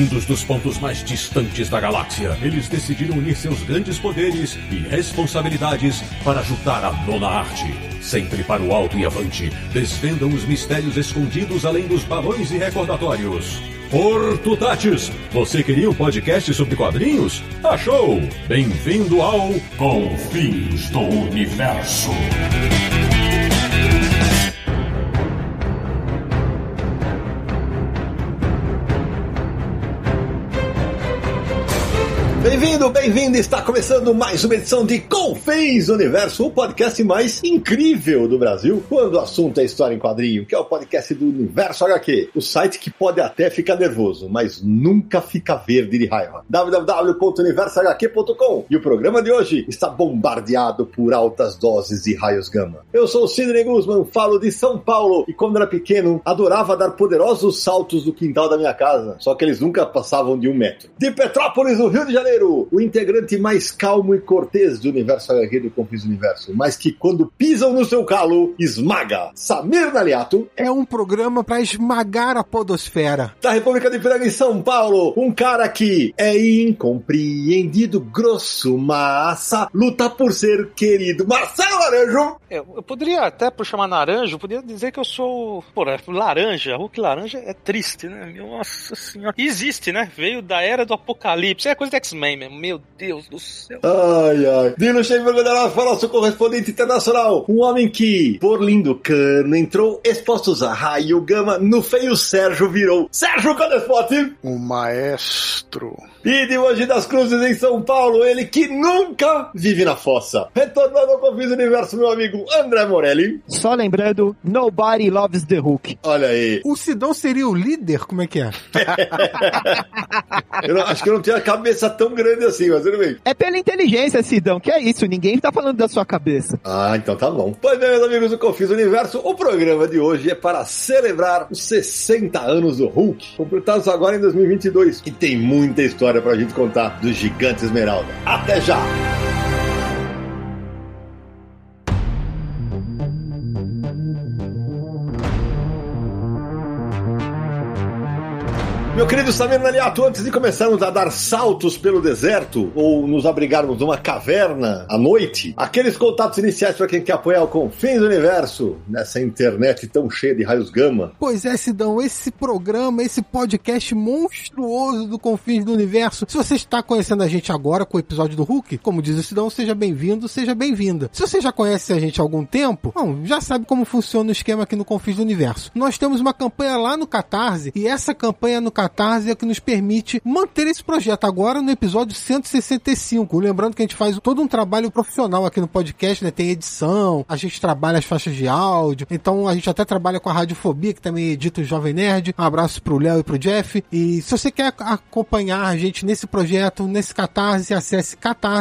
Vindos dos pontos mais distantes da galáxia, eles decidiram unir seus grandes poderes e responsabilidades para ajudar a nona arte. Sempre para o alto e avante, desvendam os mistérios escondidos além dos balões e recordatórios. Hortutatis, você queria um podcast sobre quadrinhos? Achou! Bem-vindo ao Confins do Universo. Bem-vindo, bem-vindo! Está começando mais uma edição de Confins do Universo, o podcast mais incrível do Brasil, quando o assunto é história em quadrinho, que é o podcast do Universo HQ, o site que pode até ficar nervoso, mas nunca fica verde de raiva. www.universohq.com. E o programa de hoje está bombardeado por altas doses de raios gama. Eu sou o Sidney Guzman, falo de São Paulo, e quando era pequeno, adorava dar poderosos saltos no quintal da minha casa, só que eles nunca passavam de 1 metro. De Petrópolis, no Rio de Janeiro, o integrante mais calmo e cortês do Universo HQ do Confins do Universo, mas que quando pisam no seu calo, esmaga. Samir Naliato. É um programa pra esmagar a podosfera. Da República de Piranga, em São Paulo, um cara que é incompreendido, grosso, massa, luta por ser querido. Marcelo Naranjo. Eu poderia até, por chamar Naranjo, poderia dizer que eu sou, laranja. Hulk laranja é triste, né? Nossa senhora. E existe, né? Veio da era do apocalipse. É coisa de X-Men mesmo. Meu Deus do céu. Ai, ai. Dino Luxemburgo da Fala, nosso correspondente internacional. Um homem que, por lindo cano, entrou expostos a raio gama, no feio Sérgio virou Sérgio Codespot. O maestro. E de Mogi das Cruzes, em São Paulo, ele que nunca vive na fossa. Retornando ao Confins do Universo, meu amigo André Morelli. Só lembrando, nobody loves the Hulk. Olha aí. O Sidão seria o líder? Como é que é? Acho que eu não tenho a cabeça tão grande assim, mas tudo bem. É pela inteligência, Sidão, que é isso. Ninguém tá falando da sua cabeça. Ah, então tá bom. Pois bem, meus amigos do Confins do Universo, o programa de hoje é para celebrar os 60 anos do Hulk, completados agora em 2022. E tem muita história pra gente contar do Gigante Esmeralda. Até já! Meu querido Samir Naliato, antes de começarmos a dar saltos pelo deserto ou nos abrigarmos numa caverna à noite, aqueles contatos iniciais para quem quer apoiar o Confins do Universo nessa internet tão cheia de raios gama. Pois é, Sidão, esse programa, esse podcast monstruoso do Confins do Universo, se você está conhecendo a gente agora com o episódio do Hulk, como diz o Sidão, seja bem-vindo, seja bem-vinda. Se você já conhece a gente há algum tempo, bom, já sabe como funciona o esquema aqui no Confins do Universo. Nós temos uma campanha lá no Catarse, e essa campanha no Catarse é que nos permite manter esse projeto agora no episódio 165. Lembrando que a gente faz todo um trabalho profissional aqui no podcast, né? Tem edição, a gente trabalha as faixas de áudio, então a gente até trabalha com a Radiofobia, que também edita o Jovem Nerd. Um abraço pro Léo e pro Jeff. E se você quer acompanhar a gente nesse projeto, nesse Catarse, acesse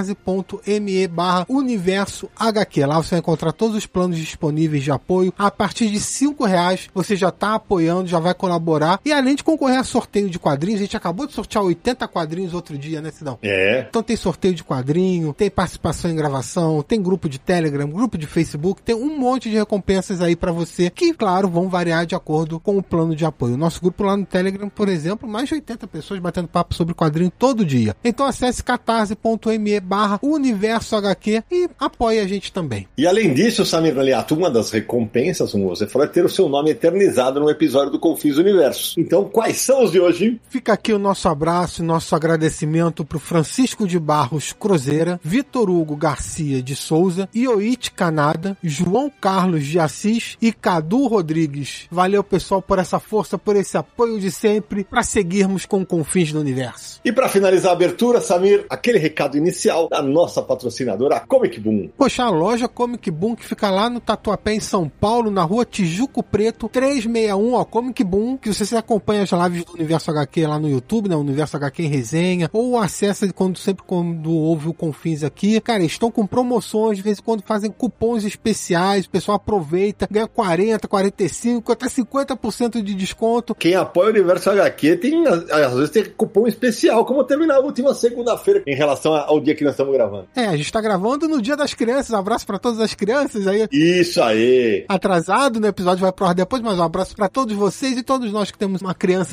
catarse.me/universo HQ. Lá você vai encontrar todos os planos disponíveis de apoio. A partir de R$5 você já tá apoiando, já vai colaborar. E além de concorrer a sorteio de quadrinhos, a gente acabou de sortear 80 quadrinhos outro dia, né, Sidão? É. Então tem sorteio de quadrinho, tem participação em gravação, tem grupo de Telegram, grupo de Facebook, tem um monte de recompensas aí pra você, que, claro, vão variar de acordo com o plano de apoio. O nosso grupo lá no Telegram, por exemplo, mais de 80 pessoas batendo papo sobre quadrinho todo dia. Então acesse catarse.me/universo HQ e apoie a gente também. E além disso, Samir Naliato, uma das recompensas, como você falou, é ter o seu nome eternizado num episódio do Confins do Universo. Então, quais são os de hoje? Fica aqui o nosso abraço e nosso agradecimento pro Francisco de Barros Cruzeira, Vitor Hugo Garcia de Souza, Ioite Canada, João Carlos de Assis e Cadu Rodrigues. Valeu, pessoal, por essa força, por esse apoio de sempre, para seguirmos com o Confins do Universo. E para finalizar a abertura, Samir, aquele recado inicial da nossa patrocinadora, a Comic Boom. Poxa, a loja Comic Boom, que fica lá no Tatuapé, em São Paulo, na rua Tijuco Preto, 361, ó, Comic Boom, que você acompanha as lives do Universo HQ lá no YouTube, né? Universo HQ em resenha, ou acessa sempre quando ouve o Confins aqui. Cara, estão com promoções, de vez em quando fazem cupons especiais, o pessoal aproveita, ganha 40, 45, até 50% de desconto. Quem apoia o Universo HQ tem, às vezes, tem cupom especial, como terminar a última segunda-feira, em relação ao dia que nós estamos gravando. É, a gente tá gravando no Dia das Crianças, um abraço pra todas as crianças aí. Isso aí! Atrasado, né? O episódio vai pro ar depois, mas um abraço pra todos vocês e todos nós que temos uma criança dentro de nós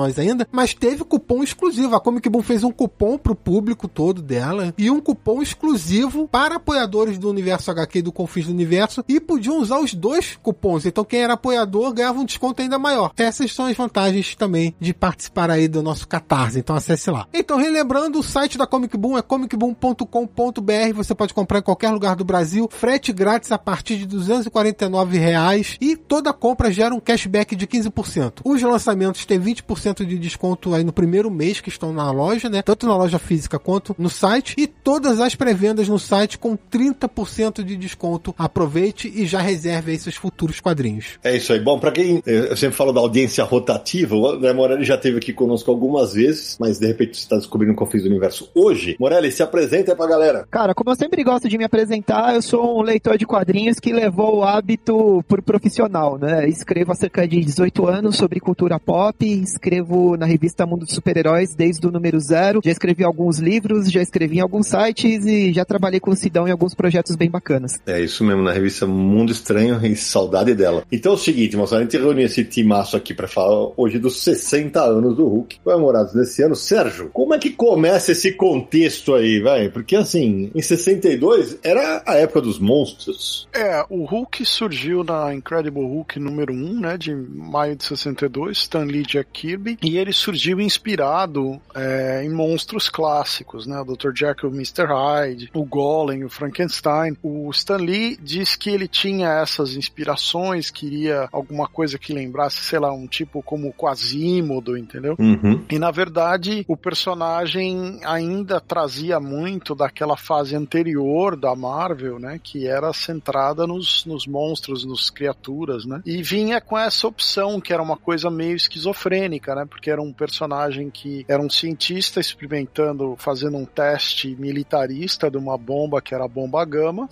nós ainda, mas teve cupom exclusivo. A Comic Boom fez um cupom pro público todo dela e um cupom exclusivo para apoiadores do Universo HQ e do Confins do Universo, e podiam usar os dois cupons. Então quem era apoiador ganhava um desconto ainda maior. Essas são as vantagens também de participar aí do nosso Catarse. Então acesse lá. Então, relembrando, o site da Comic Boom é comicboom.com.br. Você pode comprar em qualquer lugar do Brasil. Frete grátis a partir de R$249 e toda compra gera um cashback de 15%. Os lançamentos têm 20% de desconto aí no primeiro mês que estão na loja, né? Tanto na loja física quanto no site. E todas as pré-vendas no site com 30% de desconto. Aproveite e já reserve aí seus futuros quadrinhos. É isso aí. Bom, pra quem eu sempre falo da audiência rotativa, o André Morelli já esteve aqui conosco algumas vezes, mas de repente você está descobrindo o Confins do Universo hoje. Morelli, se apresenta aí pra galera. Cara, como eu sempre gosto de me apresentar, eu sou um leitor de quadrinhos que levou o hábito por profissional, né? Escrevo há cerca de 18 anos sobre cultura pop, escrevo na revista Mundo dos Super-Heróis desde o número 0, já escrevi alguns livros, já escrevi em alguns sites e já trabalhei com o Sidão em alguns projetos bem bacanas. É isso mesmo, na revista Mundo Estranho, e saudade dela. Então é o seguinte, moçada, a gente reuniu esse timaço aqui pra falar hoje dos 60 anos do Hulk, comemorados nesse ano. Sérgio, como é que começa esse contexto aí, vai? Porque assim, em 62 era a época dos monstros. O Hulk surgiu na Incredible Hulk número 1, né, de maio de 62, Stan Lee e Jack Kirby, e ele surgiu inspirado em monstros clássicos, né, o Dr. Jekyll e o Mr. Hyde, o Golem, o Frankenstein. O Stan Lee diz que ele tinha essas inspirações, queria alguma coisa que lembrasse, sei lá, um tipo como Quasimodo, entendeu? Uhum. E na verdade, o personagem ainda trazia muito daquela fase anterior da Marvel, né, que era centrada nos monstros, nos criaturas, né, e vinha com essa opção, que era uma coisa meio esquizofrênica, né, porque era um personagem que era um cientista experimentando, fazendo um teste militarista de uma bomba que era a bomba Gama,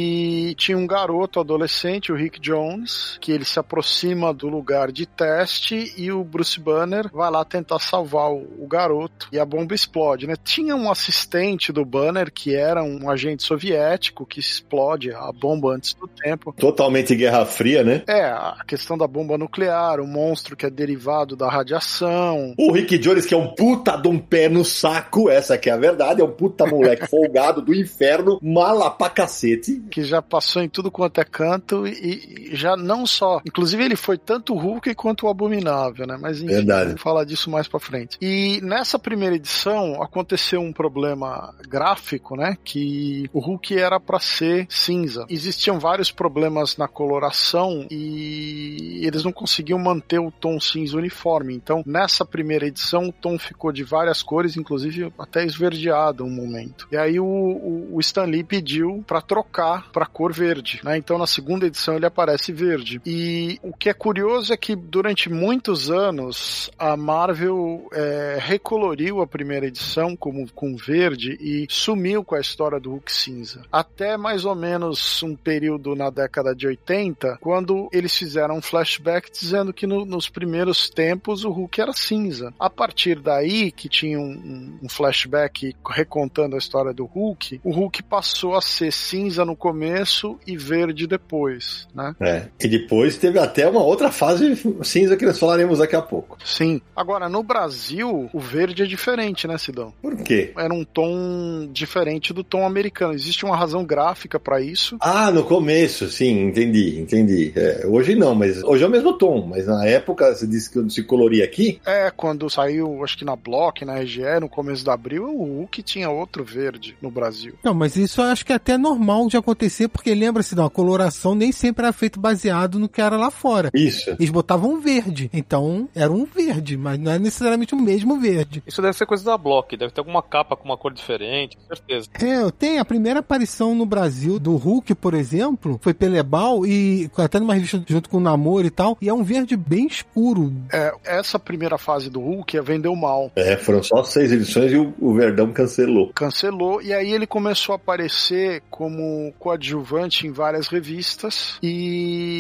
e tinha um garoto adolescente, o Rick Jones, que ele se aproxima do lugar de teste e o Bruce Banner vai lá tentar salvar o garoto e a bomba explode, né? Tinha um assistente do Banner que era um agente soviético que explode a bomba antes do tempo. Totalmente Guerra Fria, né? A questão da bomba nuclear, o monstro que é derivado da radiação. O Rick Jones, que é um puta de um pé no saco, essa que é a verdade, é um puta moleque folgado do inferno, mala pra cacete. Que já passou em tudo quanto é canto e já não só... Inclusive ele foi tanto o Hulk quanto o Abominável, né? Mas enfim, vamos falar disso mais pra frente. E nessa primeira edição aconteceu um problema gráfico, né? Que o Hulk era pra ser cinza. Existiam vários problemas na coloração e eles não conseguiam manter o tom cinza uniforme. Então, nessa primeira edição, o tom ficou de várias cores, inclusive até esverdeado um momento. E aí o Stan Lee pediu pra trocar pra cor verde, né? Então, na segunda edição, ele aparece verde. E o que é curioso é que durante muitos anos a Marvel recoloriu a primeira edição com verde e sumiu com a história do Hulk cinza. Até mais ou menos um período na década de 80, quando eles fizeram um flashback dizendo que nos primeiros tempos o Hulk era cinza. A partir daí, que tinha um flashback recontando a história do Hulk, o Hulk passou a ser cinza no começo e verde depois, né? E depois teve até uma outra fase cinza que nós falaremos daqui a pouco. Sim. Agora, no Brasil, o verde é diferente, né, Sidão? Por quê? Era um tom diferente do tom americano. Existe uma razão gráfica pra isso. No começo, sim, entendi. Hoje não, mas hoje é o mesmo tom, mas na época, você disse que se coloria aqui? Quando saiu, acho que na Block, na RGE, no começo de abril, o Hulk tinha outro verde no Brasil. Não, mas isso eu acho que é até normal de acontecer, porque lembra-se, a coloração nem sempre era feito baseado no que era lá fora. Isso. Eles botavam um verde, então era um verde, mas não é necessariamente o mesmo verde. Isso deve ser coisa da Block, deve ter alguma capa com uma cor diferente, com certeza. Tem a primeira aparição no Brasil do Hulk, por exemplo, foi Pelebal e até numa revista junto com o Namor e tal, e é um verde bem escuro. Essa primeira fase do Hulk vendeu mal. Foram só 6 edições e o Verdão cancelou. E aí ele começou a aparecer como coadjuvante em várias revistas e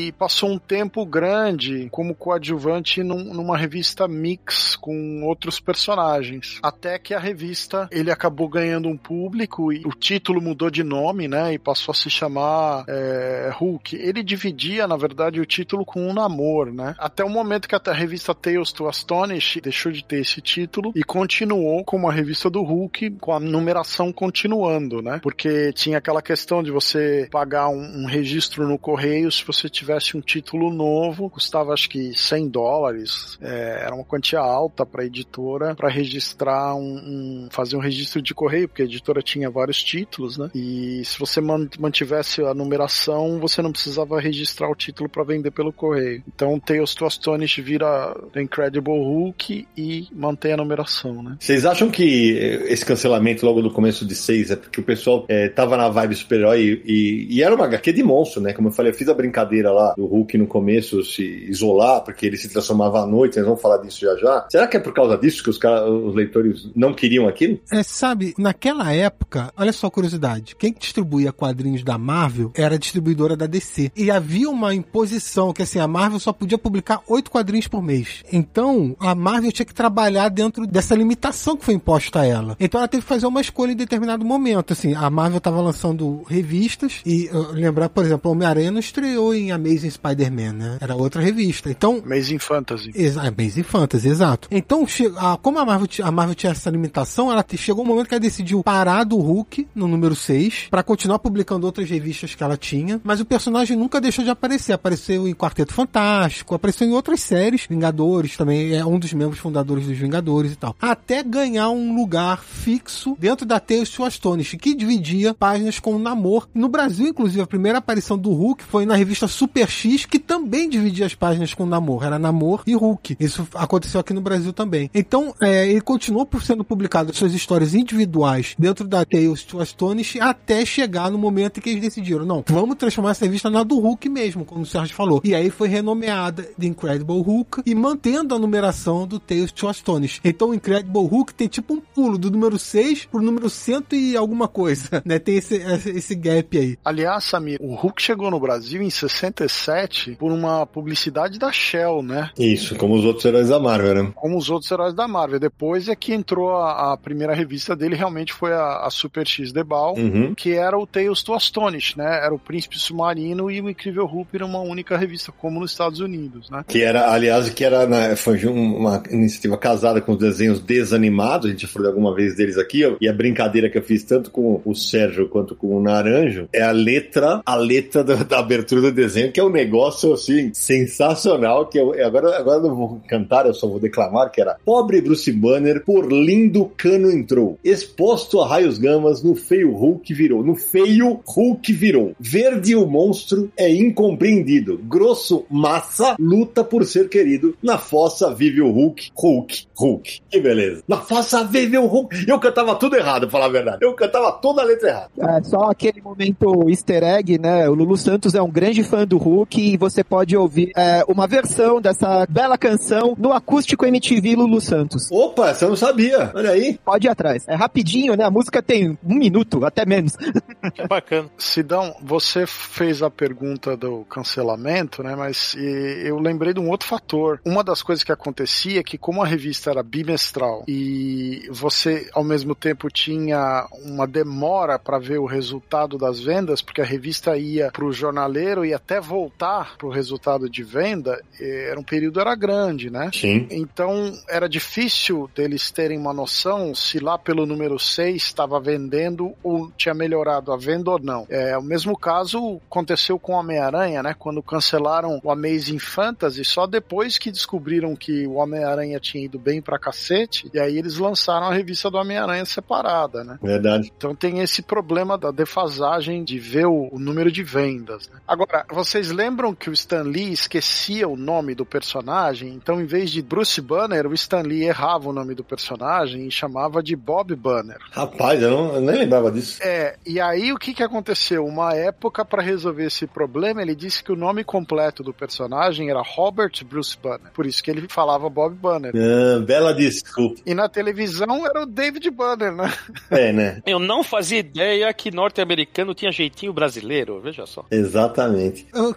ele passou um tempo grande como coadjuvante numa revista Mix com outros personagens. Até que a revista, ele acabou ganhando um público e o título mudou de nome, né? E passou a se chamar Hulk. Ele dividia, na verdade, o título com o Namor, né? Até o momento que a revista Tales to Astonish deixou de ter esse título e continuou como a revista do Hulk, com a numeração continuando, né? Porque tinha aquela questão de você pagar um registro no correio se você tivesse um título novo, custava acho que $100, era uma quantia alta para a editora para registrar fazer um registro de correio, porque a editora tinha vários títulos, né? E se você mantivesse a numeração, você não precisava registrar o título para vender pelo correio. Então Tales to Astonish vira The Incredible Hulk e mantém a numeração, né? Vocês acham que esse cancelamento logo no começo de 6 é porque o pessoal tava na vibe super-herói e era uma HQ de monstro, né? Como eu falei, eu fiz a brincadeira lá do Hulk no começo se isolar, porque ele se transformava à noite, nós vamos falar disso já. Será que é por causa disso que os leitores não queriam aquilo? Sabe, naquela época, olha só a curiosidade, quem distribuía quadrinhos da Marvel era a distribuidora da DC. E havia uma imposição que assim, a Marvel só podia publicar 8 quadrinhos por mês. Então, a Marvel tinha que trabalhar dentro dessa limitação que foi imposta a ela. Então ela teve que fazer uma escolha em determinado momento. Assim, a Marvel estava lançando revistas e lembrar, por exemplo, Homem-Aranha não estreou em Amazing Spider-Man, né? Era outra revista. Então, Amazing Fantasy. Amazing Fantasy, exato. Então, como a Marvel tinha essa limitação, ela chegou um momento que ela decidiu parar do Hulk no número 6 para continuar publicando outras revistas que ela tinha, mas o personagem nunca deixou de aparecer. Apareceu em Quarteto Fantástico, apareceu em outras séries, Vingadores também, é um dos membros fundadores dos Vingadores e tal. Até ganhar um lugar fixo dentro da Tales to Astonish, que dividia páginas com o Namor. No Brasil, inclusive, a primeira aparição do Hulk foi na revista Super X, que também dividia as páginas com o Namor. Era Namor e Hulk. Isso aconteceu aqui no Brasil também. Então, ele continuou sendo publicado suas histórias individuais dentro da Tales to Astonish até chegar no momento em que eles decidiram, não, vamos transformar essa revista na do Hulk mesmo, como o Sérgio falou. E aí foi renomeada The Incredible Hulk e mantendo a numeração do Tales to Astonish. Então o Incredible Hulk tem tipo um pulo do número 6 pro número 100 e alguma coisa, né? Tem esse gap aí. Aliás, Samir, o Hulk chegou no Brasil em 67 por uma publicidade da Shell, né? Isso, como os outros heróis da Marvel, né? Como os outros heróis da Marvel. Depois é que entrou a primeira revista dele, realmente foi a Super X The Ball, que era o Tales to Astonish, né? Era o Príncipe Submarino e o Incrível Hulk era uma única revista, como nos Estados Unidos, né? Que era, aliás, foi uma iniciativa casada com os desenhos desanimados, a gente já falou alguma vez deles aqui, e a brincadeira que eu fiz tanto com o Sérgio quanto com o Naranjo é a letra da abertura do desenho, que é um negócio, assim, sensacional, que agora eu não vou cantar, eu só vou declamar, que era: pobre Bruce Banner, por lindo cano entrou, exposto a raios gamas, no feio Hulk virou. Verde o monstro é incompreendido, grosso massa luta por ser querido, na fossa vive o Hulk. Que beleza. Na fossa vive o Hulk. Eu cantava tudo errado, pra falar a verdade. Eu cantava toda a letra errada. Só aquele momento easter egg, né? O Lulu Santos é um grande fã do Hulk e você pode ouvir uma versão dessa bela canção no Acústico MTV Lulu Santos. Opa, essa eu não sabia. Olha aí. Pode ir atrás. É rapidinho, né? A música tem 1 minuto, até menos. Que bacana. Sidão, você fez a pergunta do cancelamento, né? Mas eu lembrei de um outro fator. Uma das coisas que acontecia é que, como a revista era bimestral e você, ao mesmo tempo, tinha uma demora para ver o resultado das vendas, porque a revista ia pro jornaleiro e até voltar pro resultado de venda, um período era grande, né? Sim. Então, era difícil deles terem uma noção se lá pelo número 6 estava vendendo ou tinha melhorado a venda ou não. O mesmo caso aconteceu com o Homem-Aranha, né? Quando cancelaram o Amazing Fantasy, só depois que descobriram que o Homem-Aranha tinha ido bem pra cacete, e aí eles lançaram a revista do Homem-Aranha separada, né? Verdade. Então tem esse problema da defasagem de ver o número de vendas, né? Agora, vocês lembram que o Stan Lee esquecia o nome do personagem? Então, em vez de Bruce Banner, o Stan Lee errava o nome do personagem e chamava de Bob Banner. Rapaz, eu nem lembrava disso. E aí o que aconteceu? Uma época, para resolver esse problema, ele disse que o nome completo do personagem era Robert Bruce Banner. Por isso que ele falava Bob Banner. Bela desculpa. E na televisão era o David Banner, né? Né? Eu não fazia ideia que norte-americano tinha jeitinho brasileiro, veja só. Exatamente.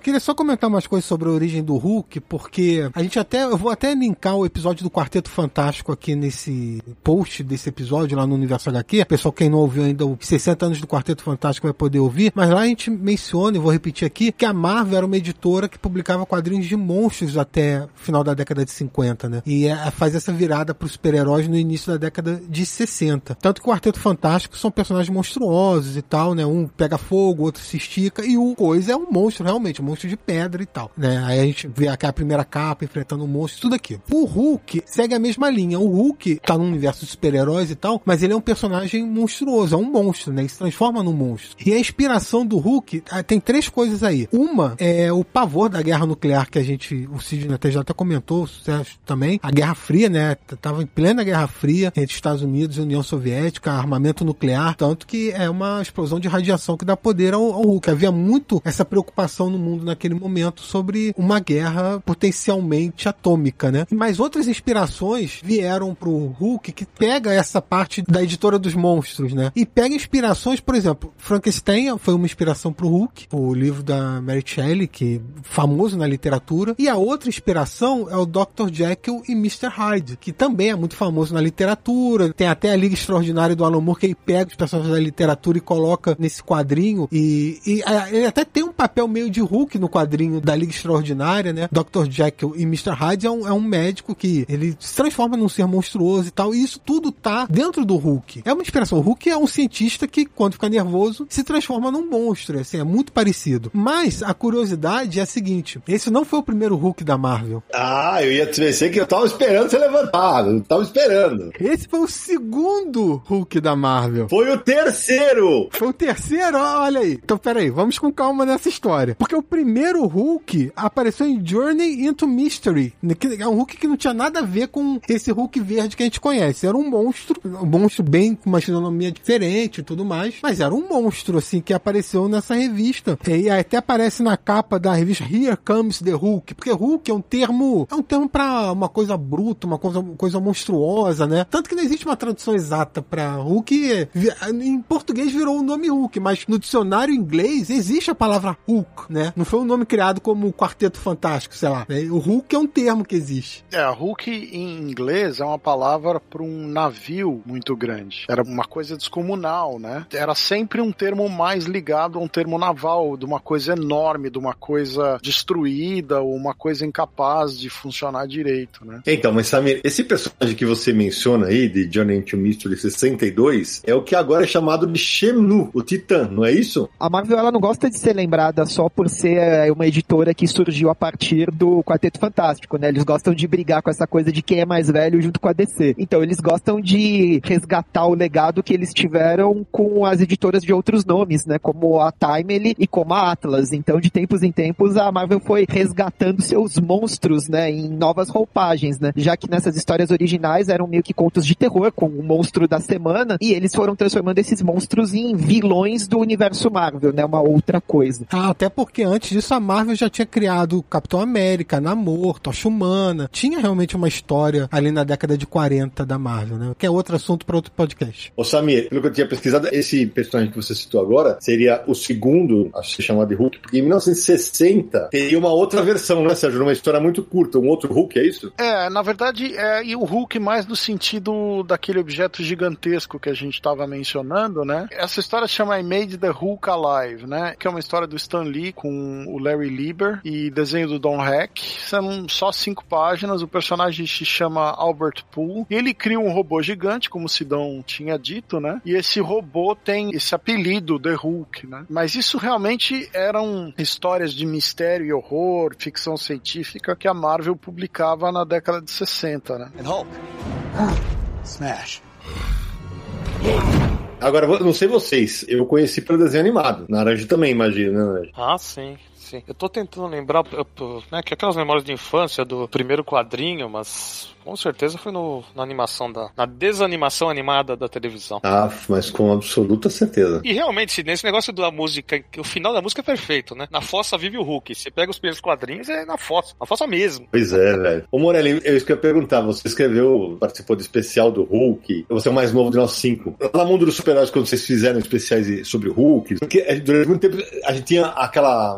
queria só comentar umas coisas sobre a origem do Hulk, porque eu vou até linkar o episódio do Quarteto Fantástico aqui nesse post desse episódio lá no Universo HQ. Pessoal, quem não ouviu ainda os 60 anos do Quarteto Fantástico vai poder ouvir, mas lá a gente menciona, e vou repetir aqui, que a Marvel era uma editora que publicava quadrinhos de monstros até o final da década de 50, né? E faz essa virada para os super-heróis no início da década de 60. Tanto que o Quarteto Fantástico são personagens monstruosos e tal, né? Um pega fogo, outro se estica, e o Coisa é um monstro, realmente, um monstro de pedra e tal, né? Aí a gente vê aquela primeira capa enfrentando um monstro, tudo aquilo. O Hulk segue a mesma linha. O Hulk tá num universo de super-heróis e tal, mas ele é um personagem monstruoso, é um monstro, né? Ele se transforma num monstro. E a inspiração do Hulk tem 3 coisas aí. Uma é o pavor da guerra nuclear que o Sidney até já comentou, o Sérgio também. A Guerra Fria, né? Tava em plena Guerra Fria entre Estados Unidos e União Soviética, armamento nuclear, tanto que é uma explosão de radiação que dá poder ao Hulk. Havia muito essa preocupação no mundo naquele momento sobre uma guerra potencialmente atômica, né? Mas outras inspirações vieram pro Hulk que pega essa parte da editora dos monstros, né? E pega inspirações, por exemplo, Frankenstein foi uma inspiração pro Hulk, o livro da Mary Shelley, que é famoso na literatura, e a outra inspiração é o Dr. Jekyll e Mr. Hyde, que também é muito famoso na literatura. Tem até a Liga Extraordinária do Alan Moore, que ele pega os personagens da literatura e coloca nesse quadrinho, e ele até tem um papel meio de Hulk no quadrinho da Liga Extraordinária, né? Dr. Jekyll e Mr. Hyde é um médico que ele se transforma num ser monstruoso e tal, e isso tudo tá dentro do Hulk. É uma inspiração. O Hulk é um cientista que, quando fica nervoso, se transforma num monstro, assim, é muito parecido. Mas a curiosidade é a seguinte, esse não foi o primeiro Hulk da Marvel. Eu ia dizer que eu tava esperando você levantar, eu tava esperando. Esse foi o segundo Hulk da Marvel. Foi o terceiro! Foi o terceiro? Olha aí. Então, peraí, vamos com calma nessa história. Porque o primeiro Hulk apareceu em Journey into Mystery. É um Hulk que não tinha nada a ver com esse Hulk verde que a gente conhece. Era um monstro bem com uma fisionomia diferente e tudo mais, mas era um monstro, assim, que apareceu nessa revista. E até aparece na capa da revista Here Comes the Hulk, porque Hulk é um termo pra uma coisa bruta, uma coisa monstruosa, né? Tanto que não existe uma tradução exata pra Hulk. Em português virou o nome Hulk, mas no dicionário inglês existe a palavra Hulk, né? Não foi um nome criado como o Quarteto Fantástico, sei lá. O Hulk é um termo que existe. Hulk em inglês é uma palavra para um navio muito grande. Era uma coisa descomunal, né? Era sempre um termo mais ligado a um termo naval, de uma coisa enorme, de uma coisa destruída, ou uma coisa incapaz de funcionar direito, né? Então, mas Samir, esse personagem que você menciona aí, de Journey into Mystery 62, é o que agora é chamado de Xemnu, o Titã, não é isso? A Marvel, ela não gosta de ser lembrada só por ser uma editora que surgiu a partir do Quarteto Fantástico, né? Eles gostam de brigar com essa coisa de quem é mais velho junto com a DC. Então, eles gostam de resgatar o legado que eles tiveram com as editoras de outros nomes, né? Como a Timely e como a Atlas. Então, de tempos em tempos, a Marvel foi resgatando seus monstros, né? Em novas roupagens, né? Já que nessas histórias originais eram meio que contos de terror, com o monstro da semana, e eles foram transformando esses monstros em vilões do universo Marvel, né? Uma outra coisa. Até porque antes disso a Marvel já tinha criado Capitão América, Namor, Tocha Humana. Tinha realmente uma história ali na década de 40 da Marvel, né? Que é outro assunto para outro podcast. Ô Samir, pelo que eu tinha pesquisado, esse personagem que você citou agora seria o segundo, acho que chamado de Hulk, porque em 1960 teria uma outra versão, né, Sérgio? Uma história muito curta, um outro Hulk, é isso? Na verdade, e o Hulk mais no sentido daquele objeto gigantesco que a gente estava mencionando, né? Essa história se chama I Made the Hulk Alive, né? Que é uma história do Stan Lee com o Larry Lieber e desenho do Don Heck. São só 5 páginas, o personagem se chama Albert Poole e ele cria um robô gigante, como o Sidão tinha dito, né? E esse robô tem esse apelido, The Hulk, né? Mas isso realmente eram histórias de mistério e horror, ficção científica que a Marvel publicava na década de 60, né? And Hulk. Smash. Agora, não sei vocês, eu conheci pelo desenho animado. Naranjo também, imagina, né? Sim. Eu tô tentando lembrar, né, que aquelas memórias de infância do primeiro quadrinho, mas com certeza foi na animação na desanimação animada da televisão. Mas com absoluta certeza. E realmente, nesse negócio da música, o final da música é perfeito, né? Na fossa vive o Hulk. Você pega os primeiros quadrinhos, é na fossa mesmo. Pois é, velho. Ô Morelli, é isso que eu ia perguntar. Você participou do especial do Hulk. Você é o mais novo de nós 5. Lá no mundo dos super-heróis, quando vocês fizeram especiais sobre o Hulk, porque durante muito tempo a gente tinha a mística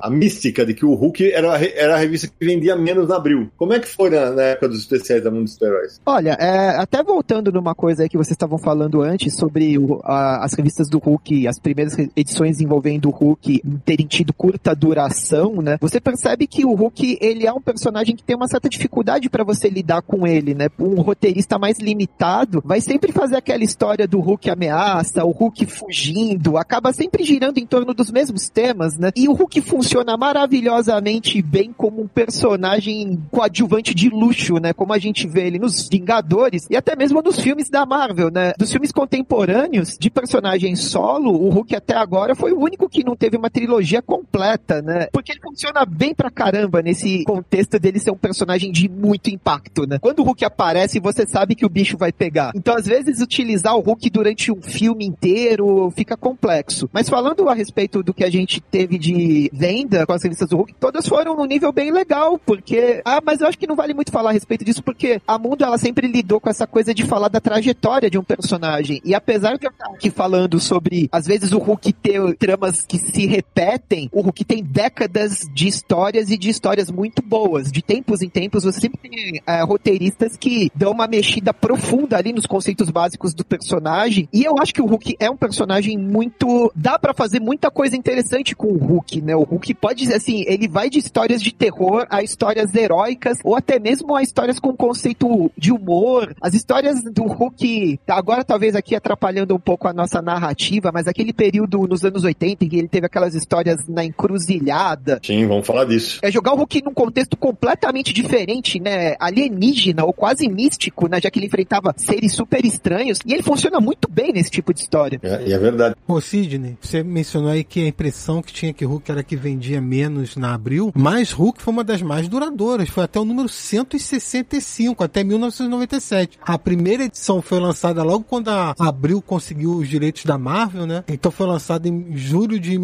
estatística de que o Hulk era a revista que vendia menos na Abril. Como é que foi na época dos especiais da Mundo dos Super-Heróis? Olha, até voltando numa coisa aí que vocês estavam falando antes sobre as revistas do Hulk, as primeiras edições envolvendo o Hulk terem tido curta duração, né? Você percebe que o Hulk, ele é um personagem que tem uma certa dificuldade pra você lidar com ele, né? Um roteirista mais limitado vai sempre fazer aquela história do Hulk ameaça, o Hulk fugindo, acaba sempre girando em torno dos mesmos temas, né? E o Hulk funciona maravilhosamente bem como um personagem coadjuvante de luxo, né? Como a gente vê ele nos Vingadores e até mesmo nos filmes da Marvel, né? Dos filmes contemporâneos de personagem solo, o Hulk até agora foi o único que não teve uma trilogia completa, né? Porque ele funciona bem pra caramba nesse contexto dele ser um personagem de muito impacto, né? Quando o Hulk aparece, você sabe que o bicho vai pegar. Então, às vezes, utilizar o Hulk durante um filme inteiro fica complexo. Mas falando a respeito do que a gente teve de venda com as revistas do Hulk, todas foram num nível bem legal, porque... mas eu acho que não vale muito falar a respeito disso, porque a Mundo, ela sempre lidou com essa coisa de falar da trajetória de um personagem. E apesar de eu estar aqui falando sobre, às vezes, o Hulk ter tramas que se repetem, o Hulk tem décadas de histórias e de histórias muito boas. De tempos em tempos, você sempre tem roteiristas que dão uma mexida profunda ali nos conceitos básicos do personagem. E eu acho que o Hulk é um personagem muito... Dá pra fazer muita coisa interessante com o Hulk, né? O Hulk pode, assim, ele vai de histórias de terror a histórias heróicas, ou até mesmo a histórias com conceito de humor. As histórias do Hulk, agora talvez aqui atrapalhando um pouco a nossa narrativa, mas aquele período nos anos 80 em que ele teve aquelas histórias na encruzilhada. Sim, vamos falar disso. É jogar o Hulk num contexto completamente diferente, né? Alienígena ou quase místico, né? Já que ele enfrentava seres super estranhos. E ele funciona muito bem nesse tipo de história. E é verdade. Ô Sidney, você mencionou aí que a impressão que tinha que Hulk era que vendia menos na Abril, mas Hulk foi uma das mais duradouras. Foi até o número 165, até 1997. A primeira edição foi lançada logo quando a Abril conseguiu os direitos da Marvel, né? Então foi lançada em julho de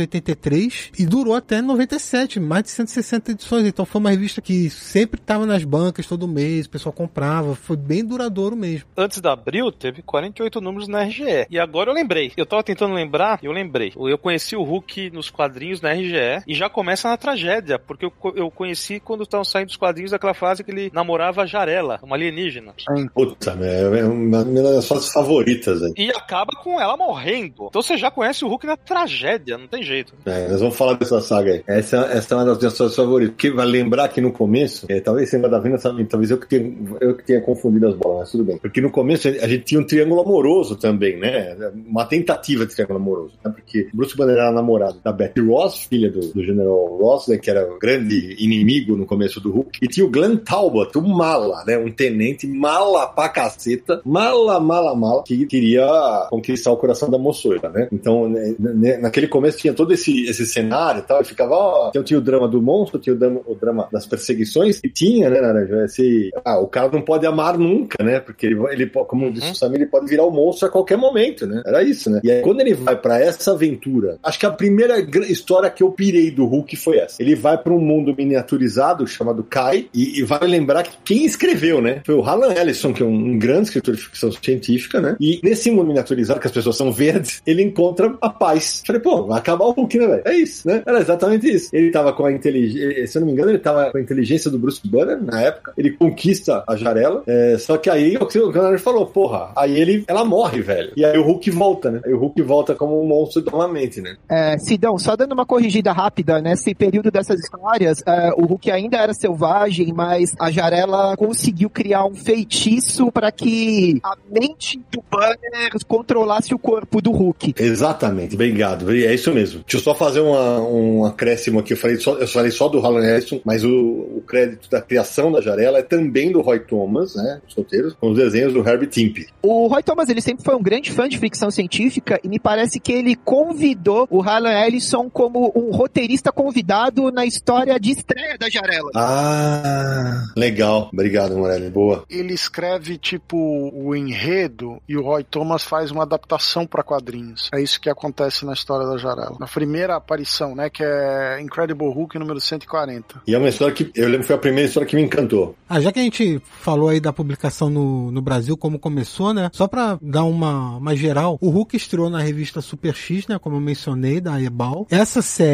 1983 e durou até 97, mais de 160 edições. Então foi uma revista que sempre estava nas bancas todo mês, o pessoal comprava, foi bem duradouro mesmo. Antes da Abril, teve 48 números na RGE. E agora eu lembrei. Eu tava tentando lembrar e eu lembrei. Eu conheci o Hulk nos quadrinhos na RGE e já começa na tragédia, porque eu conheci quando estavam saindo os quadrinhos daquela fase que ele namorava a Jarela, uma alienígena. Puta, é uma das fases favoritas, velho. E acaba com ela morrendo. Então você já conhece o Hulk na tragédia, não tem jeito. Nós vamos falar dessa saga aí. Essa é uma das minhas fases favoritas. Porque vai lembrar que no começo, talvez você ainda vendo, sabe? Talvez eu que tenha confundido as bolas, mas tudo bem. Porque no começo a gente tinha um triângulo amoroso também, né? Uma tentativa de triângulo amoroso, né? Porque Bruce Banner era namorado da Betty Ross, filha do General Ross, né? Que era o grande inimigo no começo do Hulk. E tinha o Glenn Talbot, um mala, né? Um tenente mala pra caceta, mala, que queria conquistar o coração da moçoira, né? Então, naquele começo tinha todo esse cenário e tal, e ficava, tinha o drama do monstro, tinha o drama das perseguições, e tinha, né, Naranja, o cara não pode amar nunca, né? Porque ele como disse o Samir, ele pode virar o monstro a qualquer momento, né? Era isso, né? E aí, quando ele vai pra essa aventura, acho que a primeira história que eu pirei do Hulk foi essa. Ele vai pra um mundo miniaturizado chamado Kai, e vai lembrar que quem escreveu, né? Foi o Harlan Ellison, que é um grande escritor de ficção científica, né? E nesse mundo miniaturizado, que as pessoas são verdes, ele encontra a paz. Falei, pô, vai acabar o Hulk, né, velho? É isso, né? Era exatamente isso. Ele tava com a inteligência, se eu não me engano, ele tava com a inteligência do Bruce Banner, na época. Ele conquista a Jarela, só que aí o Gunnar falou, porra, aí ela morre, velho. E aí o Hulk volta, né? Aí o Hulk volta como um monstro novamente, né? Sidão, só dando uma corrigida rápida, nesse período dessas histórias, o Hulk ainda era selvagem, mas a Jarela conseguiu criar um feitiço para que a mente do Banner controlasse o corpo do Hulk. Exatamente, obrigado. É isso mesmo. Deixa eu só fazer um acréscimo aqui. Eu falei só do Harlan Ellison, mas o crédito da criação da Jarela é também do Roy Thomas, né? Os roteiros, com os desenhos do Herbie Timpey. O Roy Thomas, ele sempre foi um grande fã de ficção científica e me parece que ele convidou o Harlan Ellison como um roteirista convidado na história de estreia da Jarela. Ah, legal. Obrigado, Morelli. Boa. Ele escreve, tipo, o enredo e o Roy Thomas faz uma adaptação para quadrinhos. É isso que acontece na história da Jarela. Na primeira aparição, né, que é Incredible Hulk número 140. E é uma história que, eu lembro que foi a primeira história que me encantou. Já que a gente falou aí da publicação no Brasil, como começou, né, só pra dar uma geral, o Hulk estreou na revista Super X, né, como eu mencionei, da Ebal. Essa série teve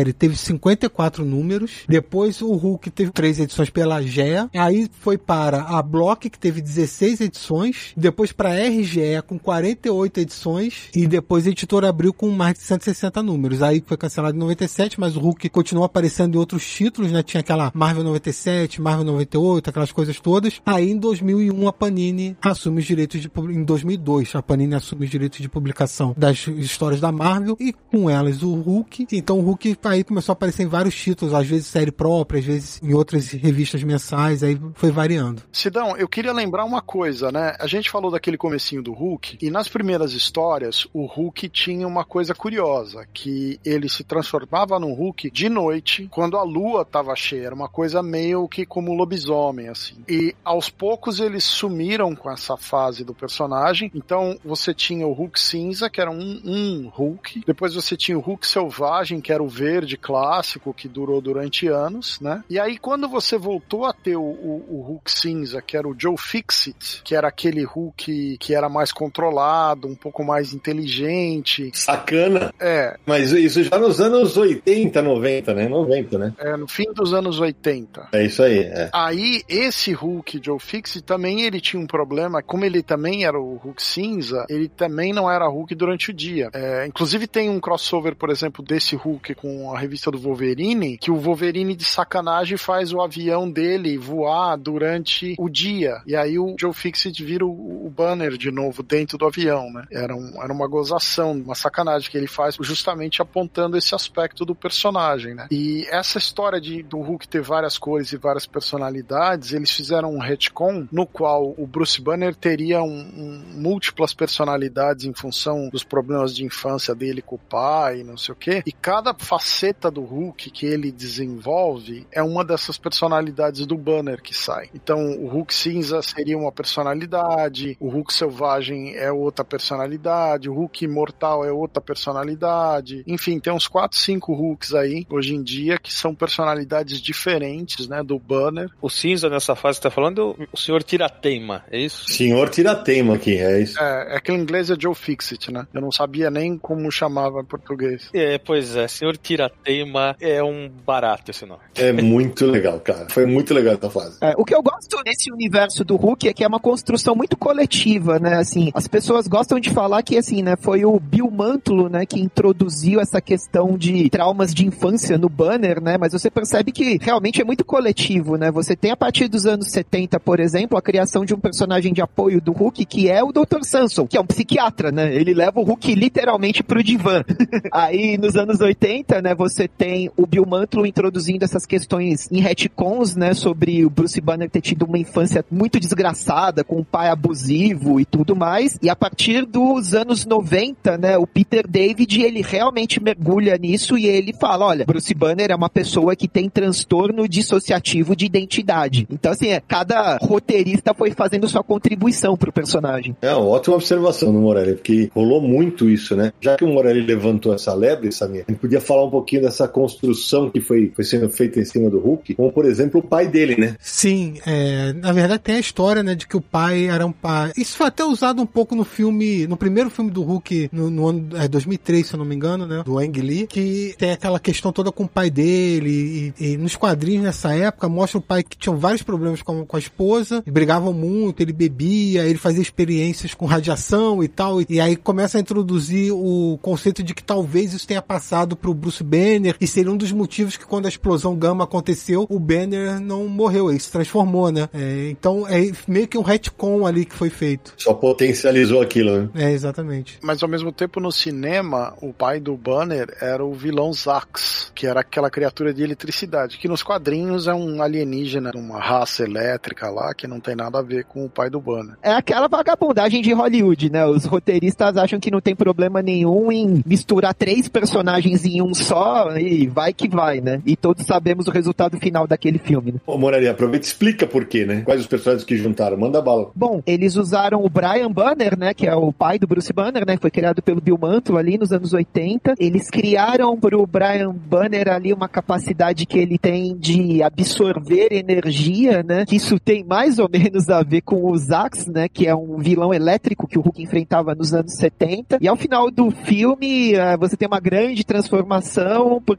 54 números. Depois o Hulk teve 3 edições pela GEA. Aí foi para a Block, que teve 16 edições. Depois para a RGE, com 48 edições. E depois a editora Abril com mais de 160 números. Aí foi cancelado em 97, mas o Hulk continuou aparecendo em outros títulos, né? Tinha aquela Marvel 97, Marvel 98, aquelas coisas todas. Aí em 2001 a Panini assume os direitos de em 2002 a Panini assume os direitos de publicação das histórias da Marvel e com elas o Hulk. Então o Hulk aí começou a aparecer em vários títulos, às vezes série própria, às vezes em outras revistas mensais, aí foi variando. Sidão, eu queria lembrar uma coisa, né? A gente falou daquele comecinho do Hulk e nas primeiras histórias o Hulk tinha uma coisa curiosa, que ele se transformava no Hulk de noite, quando a lua estava cheia, era uma coisa meio que como lobisomem, assim. E aos poucos eles sumiram com essa fase do personagem, então você tinha o Hulk cinza, que era um Hulk, depois você tinha o Hulk selvagem, que era o verde clássico, que durou durante anos, né? E aí quando você voltou a ter o Hulk cinza, que era o Joe Fixit, que era aquele Hulk que era mais controlado, um pouco mais inteligente. Sacana. É. Mas isso já nos anos 80, 90, né? 90, né? É, no fim dos anos 80. É isso aí, é. Aí, esse Hulk, Joe Fixit, também ele tinha um problema, como ele também era o Hulk cinza, ele também não era Hulk durante o dia. Inclusive tem um crossover, por exemplo, desse Hulk com a revista do Wolverine, que o Wolverine de sacanagem faz o avião dele voar durante o dia. E aí o Joe Fixit vira o Banner de novo dentro do avião, né? Era uma gozação, uma sacanagem que ele faz justamente apontando esse aspecto do personagem, né? E essa história do Hulk ter várias cores e várias personalidades, eles fizeram um retcon no qual o Bruce Banner teria múltiplas personalidades em função dos problemas de infância dele com o pai, não sei o quê, e cada faceta do Hulk que ele desenvolve é uma dessas personalidades do Banner que sai. Então o Hulk cinza seria uma personalidade, o Hulk selvagem é outra personalidade, o Hulk imortal é outra personalidade, enfim, tem uns 4, 5 Hulks aí, hoje em dia, que são personalidades diferentes, né, do Banner. O cinza nessa fase que tá falando o Sr. Tirateima, é isso? Sr. Tirateima aqui, é isso. É que em inglês é Joe Fixit, né? Eu não sabia nem como chamava em português. Pois é, Sr. Tirateima é um barato esse nome. É muito legal, cara. Foi muito legal essa fase. O que eu gosto nesse universo do Hulk é que é uma construção muito coletiva, né? Assim, as pessoas gostam de falar que, assim, né, foi o Bill Mantlo, né, que introduziu essa questão de traumas de infância no Banner, né? Mas você percebe que realmente é muito coletivo, né? Você tem a partir dos anos 70, por exemplo, a criação de um personagem de apoio do Hulk, que é o Dr. Samson, que é um psiquiatra, né? Ele leva o Hulk literalmente pro divã. Aí, nos anos 80, né, você tem o Bill Mantlo introduzindo essas questões em retcons, né, sobre o Bruce Banner ter tido uma infância muito desgraçada, com um pai abusivo e tudo mais. E a partir dos anos 90, né, o Peter David, ele realmente mergulha nisso e ele fala, olha, Bruce Banner é uma pessoa que tem transtorno dissociativo de identidade. Então, assim, cada roteirista foi fazendo sua contribuição pro personagem. É uma ótima observação do Morelli, porque rolou muito isso, né? Já que o Morelli levantou essa lebre, Samir, a gente podia falar um pouquinho dessa construção que foi sendo feita em cima do Hulk, como, por exemplo, o pai dele, né? Sim, na verdade tem a história, né, de que o pai era um pai... Isso foi até usado um pouco no primeiro filme do Hulk, no ano 2003, se eu não me engano, né, do Ang Lee, que tem aquela questão toda com o pai dele, e nos quadrinhos nessa época mostra o pai que tinha vários problemas com a esposa, e brigavam muito, ele bebia, ele fazia experiências com radiação e tal, e aí começa a introduzir o conceito de que talvez isso tenha passado pro Bruce Banner, e seria um dos motivos que quando a explosão gama aconteceu, o Banner não morreu, ele se transformou, né? Então é meio que um retcon ali que foi feito. Só potencializou aquilo, né? Exatamente. Mas ao mesmo tempo no cinema, o pai do Banner era o vilão Zax, que era aquela criatura de eletricidade, que nos quadrinhos é um alienígena, uma raça elétrica lá, que não tem nada a ver com o pai do Banner. É aquela vagabundagem de Hollywood, né? Os roteiristas acham que não tem problema nenhum em misturar 3 personagens em um só e vai que vai, né? E todos sabemos o resultado final daquele filme, né? Ô, Morelli, aproveita e explica por quê, né? Quais os personagens que juntaram? Manda bala. Bom, eles usaram o Brian Banner, né? Que é o pai do Bruce Banner, né? Foi criado pelo Bill Mantlo ali nos anos 80. Eles criaram pro Brian Banner ali uma capacidade que ele tem de absorver energia, né? Que isso tem mais ou menos a ver com o Zax, né? Que é um vilão elétrico que o Hulk enfrentava nos anos 70. E ao final do filme, você tem uma grande transformação, porque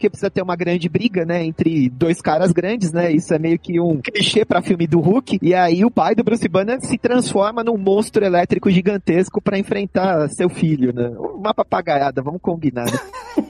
porque precisa ter uma grande briga, né, entre dois caras grandes, né, isso é meio que um clichê pra filme do Hulk, e aí o pai do Bruce Banner se transforma num monstro elétrico gigantesco pra enfrentar seu filho, né, uma papagaiada, vamos combinar, né?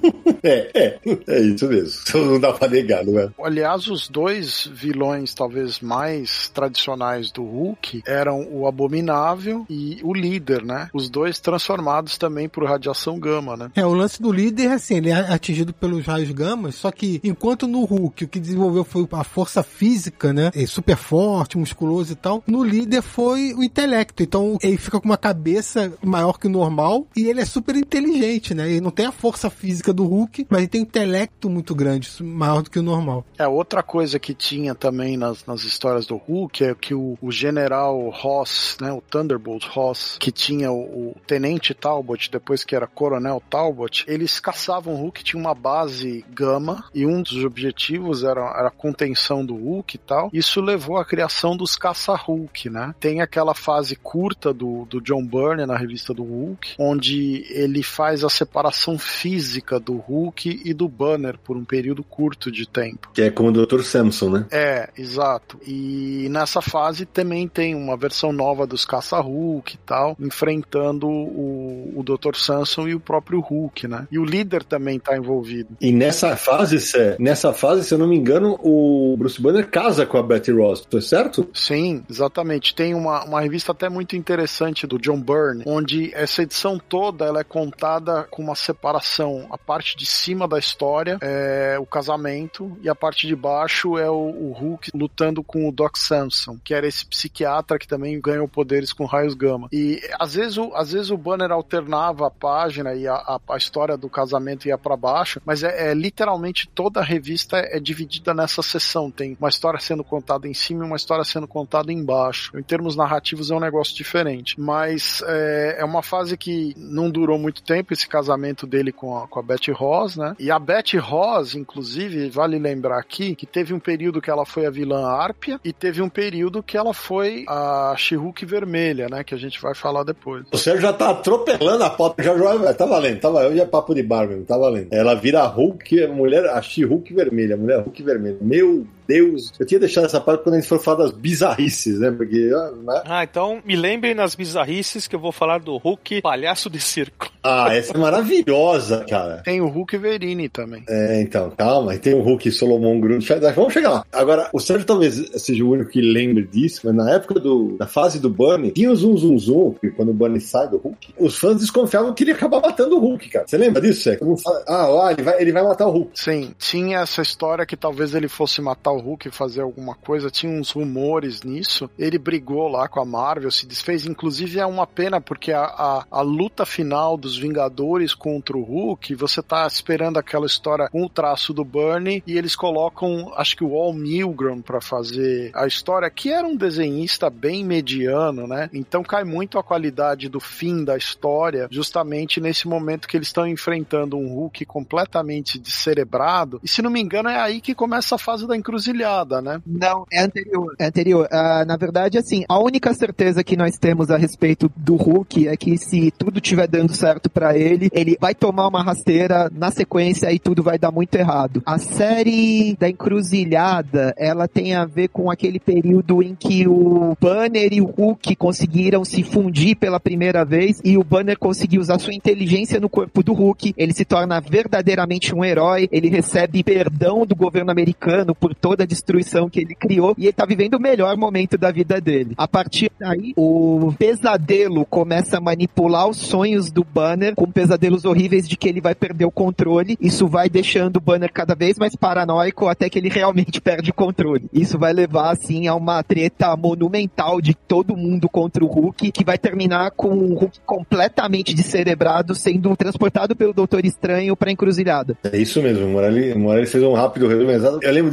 É isso mesmo, não dá pra negar, não é? Aliás, os dois vilões talvez mais tradicionais do Hulk eram o Abominável e o Líder, né, os dois transformados também por radiação gama, né? O lance do Líder, assim, ele é atingido pelos raios gama, só que enquanto no Hulk o que desenvolveu foi a força física, né, super forte, musculoso e tal, no Líder foi o intelecto, então ele fica com uma cabeça maior que o normal e ele é super inteligente, né, ele não tem a força física do Hulk, mas ele tem um intelecto muito grande, maior do que o normal. Outra coisa que tinha também nas histórias do Hulk é que o general Ross, né, o Thunderbolt Ross, que tinha o Tenente Talbot, depois que era Coronel Talbot, eles caçavam o Hulk, tinha uma base gama, e um dos objetivos era a contenção do Hulk e tal. Isso levou à criação dos caça-Hulk, né? Tem aquela fase curta do John Byrne na revista do Hulk, onde ele faz a separação física do Hulk e do Banner por um período curto de tempo. Que é como o Dr. Samson, né? Exato. E nessa fase também tem uma versão nova dos caça-Hulk e tal, enfrentando o Dr. Samson e o próprio Hulk, né? E o Líder também tá envolvido. E nessa fase, se eu não me engano, o Bruce Banner casa com a Betty Ross, tá certo? Sim, exatamente. Tem uma revista até muito interessante do John Byrne, onde essa edição toda ela é contada com uma separação. A parte de cima da história é o casamento e a parte de baixo é o Hulk lutando com o Doc Samson, que era esse psiquiatra que também ganhou poderes com raios gama. E às vezes o Banner alternava a página e a história do casamento ia pra baixo, mas literalmente toda a revista é dividida nessa seção. Tem uma história sendo contada em cima e uma história sendo contada embaixo. Em termos narrativos é um negócio diferente, mas é uma fase que não durou muito tempo, esse casamento dele com a Betty Ross, né? E a Betty Ross, inclusive, vale lembrar aqui que teve um período que ela foi a vilã Árpia e teve um período que ela foi a She-Hulk vermelha, né? Que a gente vai falar depois. O Sérgio já tá atropelando a pauta, já tá valendo, hoje é papo de bar mesmo, tá valendo. Ela vira a Hulk, a She-Hulk vermelha, a mulher Hulk vermelha. Meu Deus, eu tinha deixado essa parte quando a gente for falar das bizarrices, né? Porque, então me lembrem nas bizarrices que eu vou falar do Hulk palhaço de circo. Essa é maravilhosa, cara. Tem o Hulk Verini também. Então, calma, e tem o Hulk Solomon Grundy. Vamos chegar lá. Agora, o Sérgio talvez seja o único que lembre disso, mas na época da fase do Bunny, tinha o Zum, que quando o Bunny sai do Hulk, os fãs desconfiavam que ele ia acabar matando o Hulk, cara. Você lembra disso, Sérgio? Ele vai matar o Hulk. Sim, tinha essa história que talvez ele fosse matar o Hulk e fazer alguma coisa, tinha uns rumores nisso. Ele brigou lá com a Marvel, se desfez, inclusive é uma pena porque a luta final dos Vingadores contra o Hulk, você tá esperando aquela história com o traço do Byrne e eles colocam, acho que o Al Milgrom pra fazer a história, que era um desenhista bem mediano, né? Então cai muito a qualidade do fim da história, justamente nesse momento que eles estão enfrentando um Hulk completamente descerebrado, e se não me engano é aí que começa a fase da encruzilhada, né? Não, é anterior. Na verdade, assim, a única certeza que nós temos a respeito do Hulk é que se tudo estiver dando certo pra ele vai tomar uma rasteira na sequência e tudo vai dar muito errado. A série da encruzilhada, ela tem a ver com aquele período em que o Banner e o Hulk conseguiram se fundir pela primeira vez e o Banner conseguiu usar sua inteligência no corpo do Hulk. Ele se torna verdadeiramente um herói, ele recebe perdão do governo americano por toda a destruição que ele criou e ele tá vivendo o melhor momento da vida dele. A partir daí, o Pesadelo começa a manipular os sonhos do Banner com pesadelos horríveis de que ele vai perder o controle. Isso vai deixando o Banner cada vez mais paranoico até que ele realmente perde o controle. Isso vai levar, assim, a uma treta monumental de todo mundo contra o Hulk, que vai terminar com o Hulk completamente descerebrado sendo transportado pelo Doutor Estranho pra encruzilhada. É isso mesmo, o Morelli fez um rápido resumo exato. Eu lembro dele tinha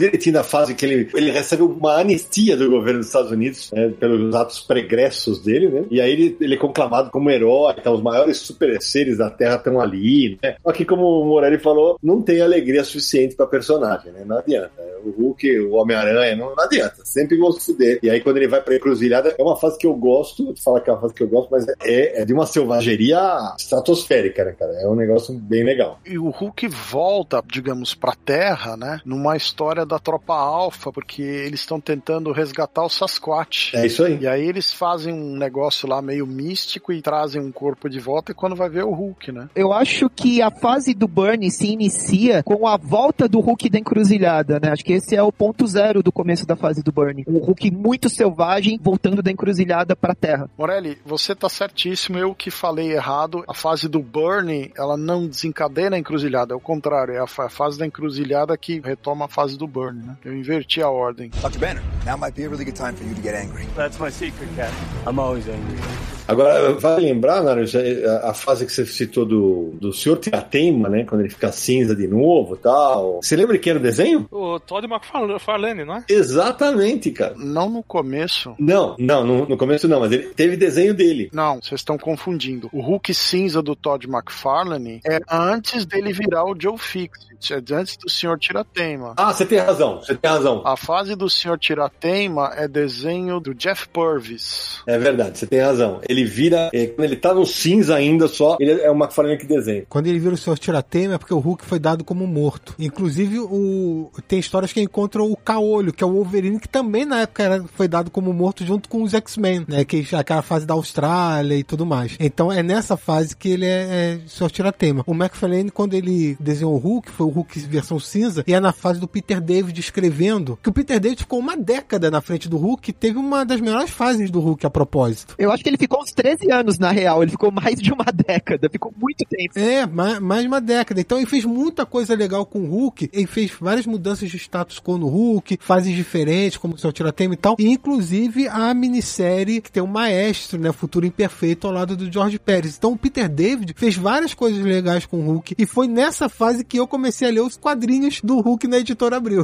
fase que ele recebe uma anistia do governo dos Estados Unidos, né, pelos atos pregressos dele, né? E aí ele é conclamado como herói, então os maiores super seres da Terra estão ali, né? Só que, como o Morelli falou, não tem alegria suficiente pra personagem, né? Não adianta. O Hulk, o Homem-Aranha, não adianta. Sempre vão se fuder. E aí, quando ele vai pra Encruzilhada, é uma fase que eu gosto, vou te falar que é uma fase que eu gosto, mas é de uma selvageria estratosférica, né, cara? É um negócio bem legal. E o Hulk volta, digamos, pra Terra, né? Numa história da Tropa Alpha, porque eles estão tentando resgatar o Sasquatch. É isso aí. E aí eles fazem um negócio lá meio místico e trazem um corpo de volta, e quando vai ver o Hulk, né? Eu acho que a fase do Bernie se inicia com a volta do Hulk da Encruzilhada, né? Acho que esse é o ponto zero do começo da fase do Bernie. Um Hulk muito selvagem, voltando da Encruzilhada pra Terra. Morelli, você tá certíssimo, eu que falei errado. A fase do Bernie, ela não desencadeia a Encruzilhada, é o contrário, é a fase da Encruzilhada que retoma a fase do Bernie, né? Eu inverti a ordem. Dr. Banner, now might be a really good time for you to get angry. That's my secret, Cap. I'm always angry. Agora, vale lembrar, Naruto, a fase que você citou do Sr. Tirateima, né? Quando ele fica cinza de novo e tal. Você lembra que era o desenho? O Todd McFarlane, não é? Exatamente, cara. Não no começo. Não, no começo não, mas ele teve desenho dele. Não, vocês estão confundindo. O Hulk cinza do Todd McFarlane é antes dele virar o Joe Fixit, é antes do Sr. Tirateima. Ah, você tem razão. A fase do Sr. Tirateima é desenho do Jeff Purvis. É verdade, você tem razão. Ele vira, quando ele tá no cinza ainda só, ele é o McFarlane que desenha. Quando ele vira o Sr. Tirateima é porque o Hulk foi dado como morto. Inclusive, tem histórias que encontram o Caolho, que é o Wolverine, que também na época foi dado como morto junto com os X-Men, né? Que é aquela fase da Austrália e tudo mais. Então é nessa fase que ele é Sr. Tirateima. O McFarlane, quando ele desenhou o Hulk, foi o Hulk versão cinza, e é na fase do Peter David escrevendo, que o Peter David ficou uma década na frente do Hulk, teve uma das melhores fases do Hulk a propósito. Eu acho que ele ficou uns 13 anos, na real. Ele ficou mais de uma década. Ficou muito tempo. Mais de uma década. Então ele fez muita coisa legal com o Hulk. Ele fez várias mudanças de status quo no Hulk, fases diferentes, como o Sr. Tirateima e tal. E inclusive a minissérie que tem o Maestro, né? Futuro Imperfeito, ao lado do George Pérez. Então o Peter David fez várias coisas legais com o Hulk. E foi nessa fase que eu comecei a ler os quadrinhos do Hulk na Editora Abril.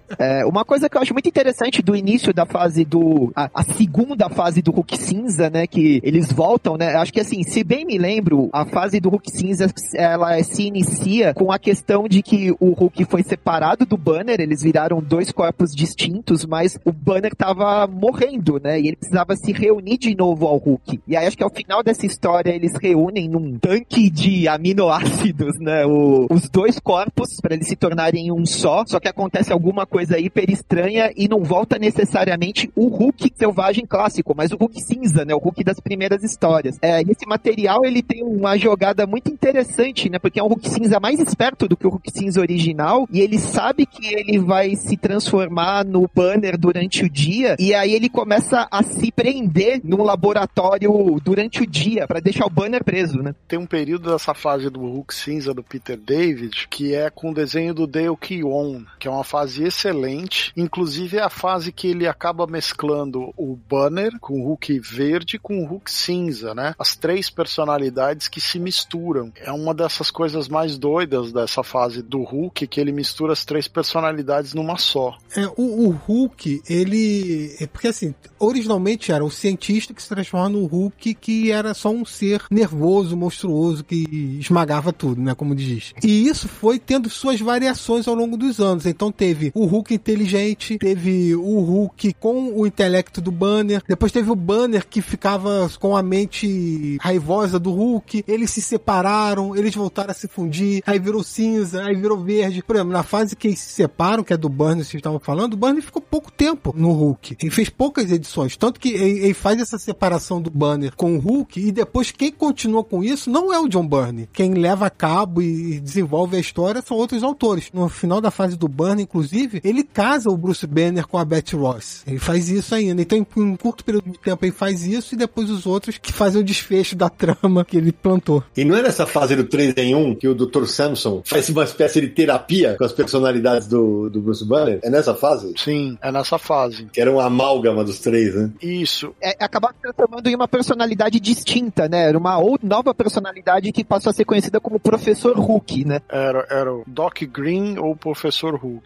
Uma coisa que eu acho muito interessante do início da fase a segunda fase do Hulk cinza, né, que eles voltam, né, acho que assim, se bem me lembro, a fase do Hulk cinza, ela se inicia com a questão de que o Hulk foi separado do Banner, eles viraram dois corpos distintos, mas o Banner tava morrendo, né, e ele precisava se reunir de novo ao Hulk. E aí acho que ao final dessa história eles reúnem num tanque de aminoácidos, né, os dois corpos para eles se tornarem um só que acontece alguma coisa hiper estranha e não volta necessariamente o Hulk selvagem clássico, mas o Hulk cinza, né? O Hulk das primeiras histórias. Esse material, ele tem uma jogada muito interessante, né? Porque é um Hulk cinza mais esperto do que o Hulk cinza original, e ele sabe que ele vai se transformar no Banner durante o dia, e aí ele começa a se prender num laboratório durante o dia, pra deixar o Banner preso, né? Tem um período dessa fase do Hulk cinza do Peter David, que é com o desenho do Dale Keown, que é uma fase excelente, inclusive é a fase que ele acaba mesclando o Banner com o Hulk verde com o Hulk cinza, né? As três personalidades que se misturam. É uma dessas coisas mais doidas dessa fase do Hulk, que ele mistura as três personalidades numa só. O Hulk, ele... Porque assim, originalmente era o cientista que se transforma no Hulk, que era só um ser nervoso, monstruoso, que esmagava tudo, né? Como diz. E isso foi tendo suas variações ao longo dos anos. Então teve o Hulk inteligente, teve o Hulk com o intelecto do Banner, depois teve o Banner que ficava com a mente raivosa do Hulk, eles se separaram, eles voltaram a se fundir, aí virou cinza, aí virou verde. Por exemplo, na fase que eles se separam, que é do Banner, vocês estavam falando, o Banner ficou pouco tempo no Hulk. Ele fez poucas edições, tanto que ele faz essa separação do Banner com o Hulk, e depois quem continua com isso não é o John Byrne. Quem leva a cabo e desenvolve a história são outros autores. No final da fase do Byrne, inclusive, ele casa o Bruce Banner com a Betty Ross. Ele faz isso ainda. Então, em um curto período de tempo, ele faz isso, e depois os outros que fazem o desfecho da trama que ele plantou. E não é nessa fase do 3 em 1 que o Dr. Samson faz uma espécie de terapia com as personalidades do Bruce Banner? É nessa fase? Sim, é nessa fase. Que era uma amálgama dos três, né? Isso. Acabava se transformando em uma personalidade distinta, né? Era uma nova personalidade que passou a ser conhecida como Professor Hulk, né? Era o Doc Green ou o Professor Hulk. Ele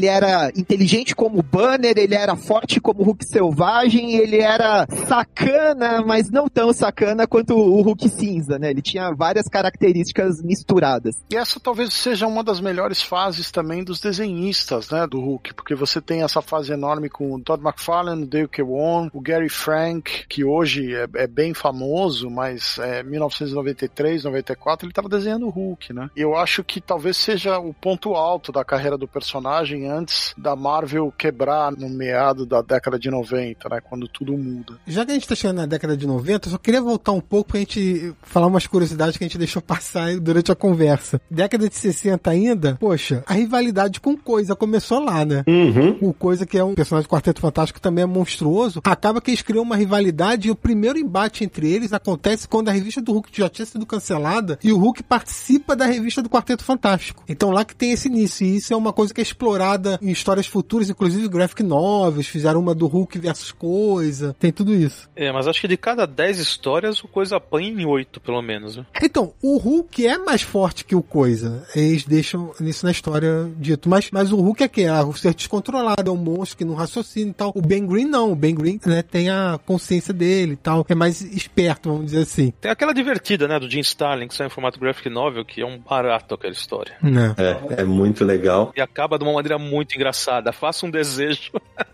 era inteligente como o Banner, ele era forte como o Hulk selvagem, ele era sacana, mas não tão sacana quanto o Hulk cinza, né? Ele tinha várias características misturadas. E essa talvez seja uma das melhores fases também dos desenhistas, né, do Hulk, porque você tem essa fase enorme com o Todd McFarlane, o Dale Keown, o Gary Frank, que hoje é bem famoso, mas 1993, 94, ele estava desenhando o Hulk, né? E eu acho que talvez seja o ponto alto da carreira do personagem antes da Marvel quebrar no meado da década de 90, né, quando tudo muda. Já que a gente tá chegando na década de 90, eu só queria voltar um pouco pra gente falar umas curiosidades que a gente deixou passar durante a conversa. Década de 60 ainda, poxa, a rivalidade com Coisa começou lá, né? O Coisa, que é um personagem do Quarteto Fantástico, também é monstruoso, acaba que eles criam uma rivalidade e o primeiro embate entre eles acontece quando a revista do Hulk já tinha sido cancelada e o Hulk participa da revista do Quarteto Fantástico. Então lá que tem esse início, e isso é uma coisa que é explorada em histórias futuras, inclusive graphic novels, fizeram uma do Hulk versus Coisa, tem tudo isso. Mas acho que de cada 10 histórias o Coisa apanha em 8, pelo menos. Né? Então, o Hulk é mais forte que o Coisa, eles deixam isso na história dito, mas o Hulk é que é o ser descontrolado, é um monstro que não raciocina e tal. O Ben Green não, o Ben Green, né, tem a consciência dele e tal, é mais esperto, vamos dizer assim. Tem aquela divertida, né, do Jim Starlin, que sai em formato graphic novel, que é um barato aquela história. É muito legal. E acaba de uma maneira muito engraçada. Faça um desejo.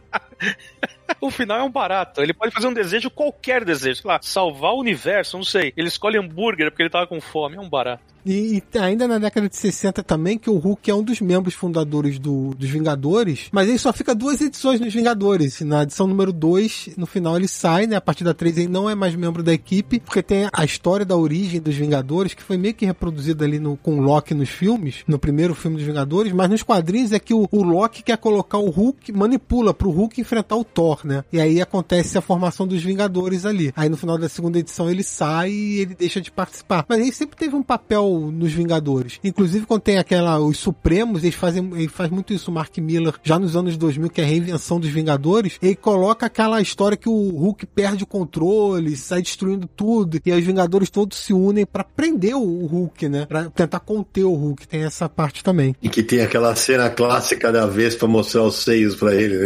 O final é um barato. Ele pode fazer um desejo, qualquer desejo. Sei lá, salvar o universo, não sei. Ele escolhe hambúrguer porque ele tava com fome. É um barato. E ainda na década de 60 também, que o Hulk é um dos membros fundadores dos Vingadores, mas ele só fica 2 edições nos Vingadores. Na edição número 2, no final ele sai, né? A partir da 3 ele não é mais membro da equipe, porque tem a história da origem dos Vingadores, que foi meio que reproduzida ali com o Loki nos filmes, no primeiro filme dos Vingadores, mas nos quadrinhos é que o Loki quer colocar o Hulk, manipula pro Hulk enfrentar o Thor, né? E aí acontece a formação dos Vingadores ali. Aí no final da segunda edição ele sai e ele deixa de participar. Mas ele sempre teve um papel nos Vingadores. Inclusive quando tem os Supremos, ele faz muito isso, o Mark Millar, já nos anos 2000, que é a reinvenção dos Vingadores, ele coloca aquela história que o Hulk perde o controle, sai destruindo tudo, e aí os Vingadores todos se unem pra prender o Hulk, né? Pra tentar conter o Hulk. Tem essa parte também. E que tem aquela cena clássica da Vespa mostrar os seios pra ele,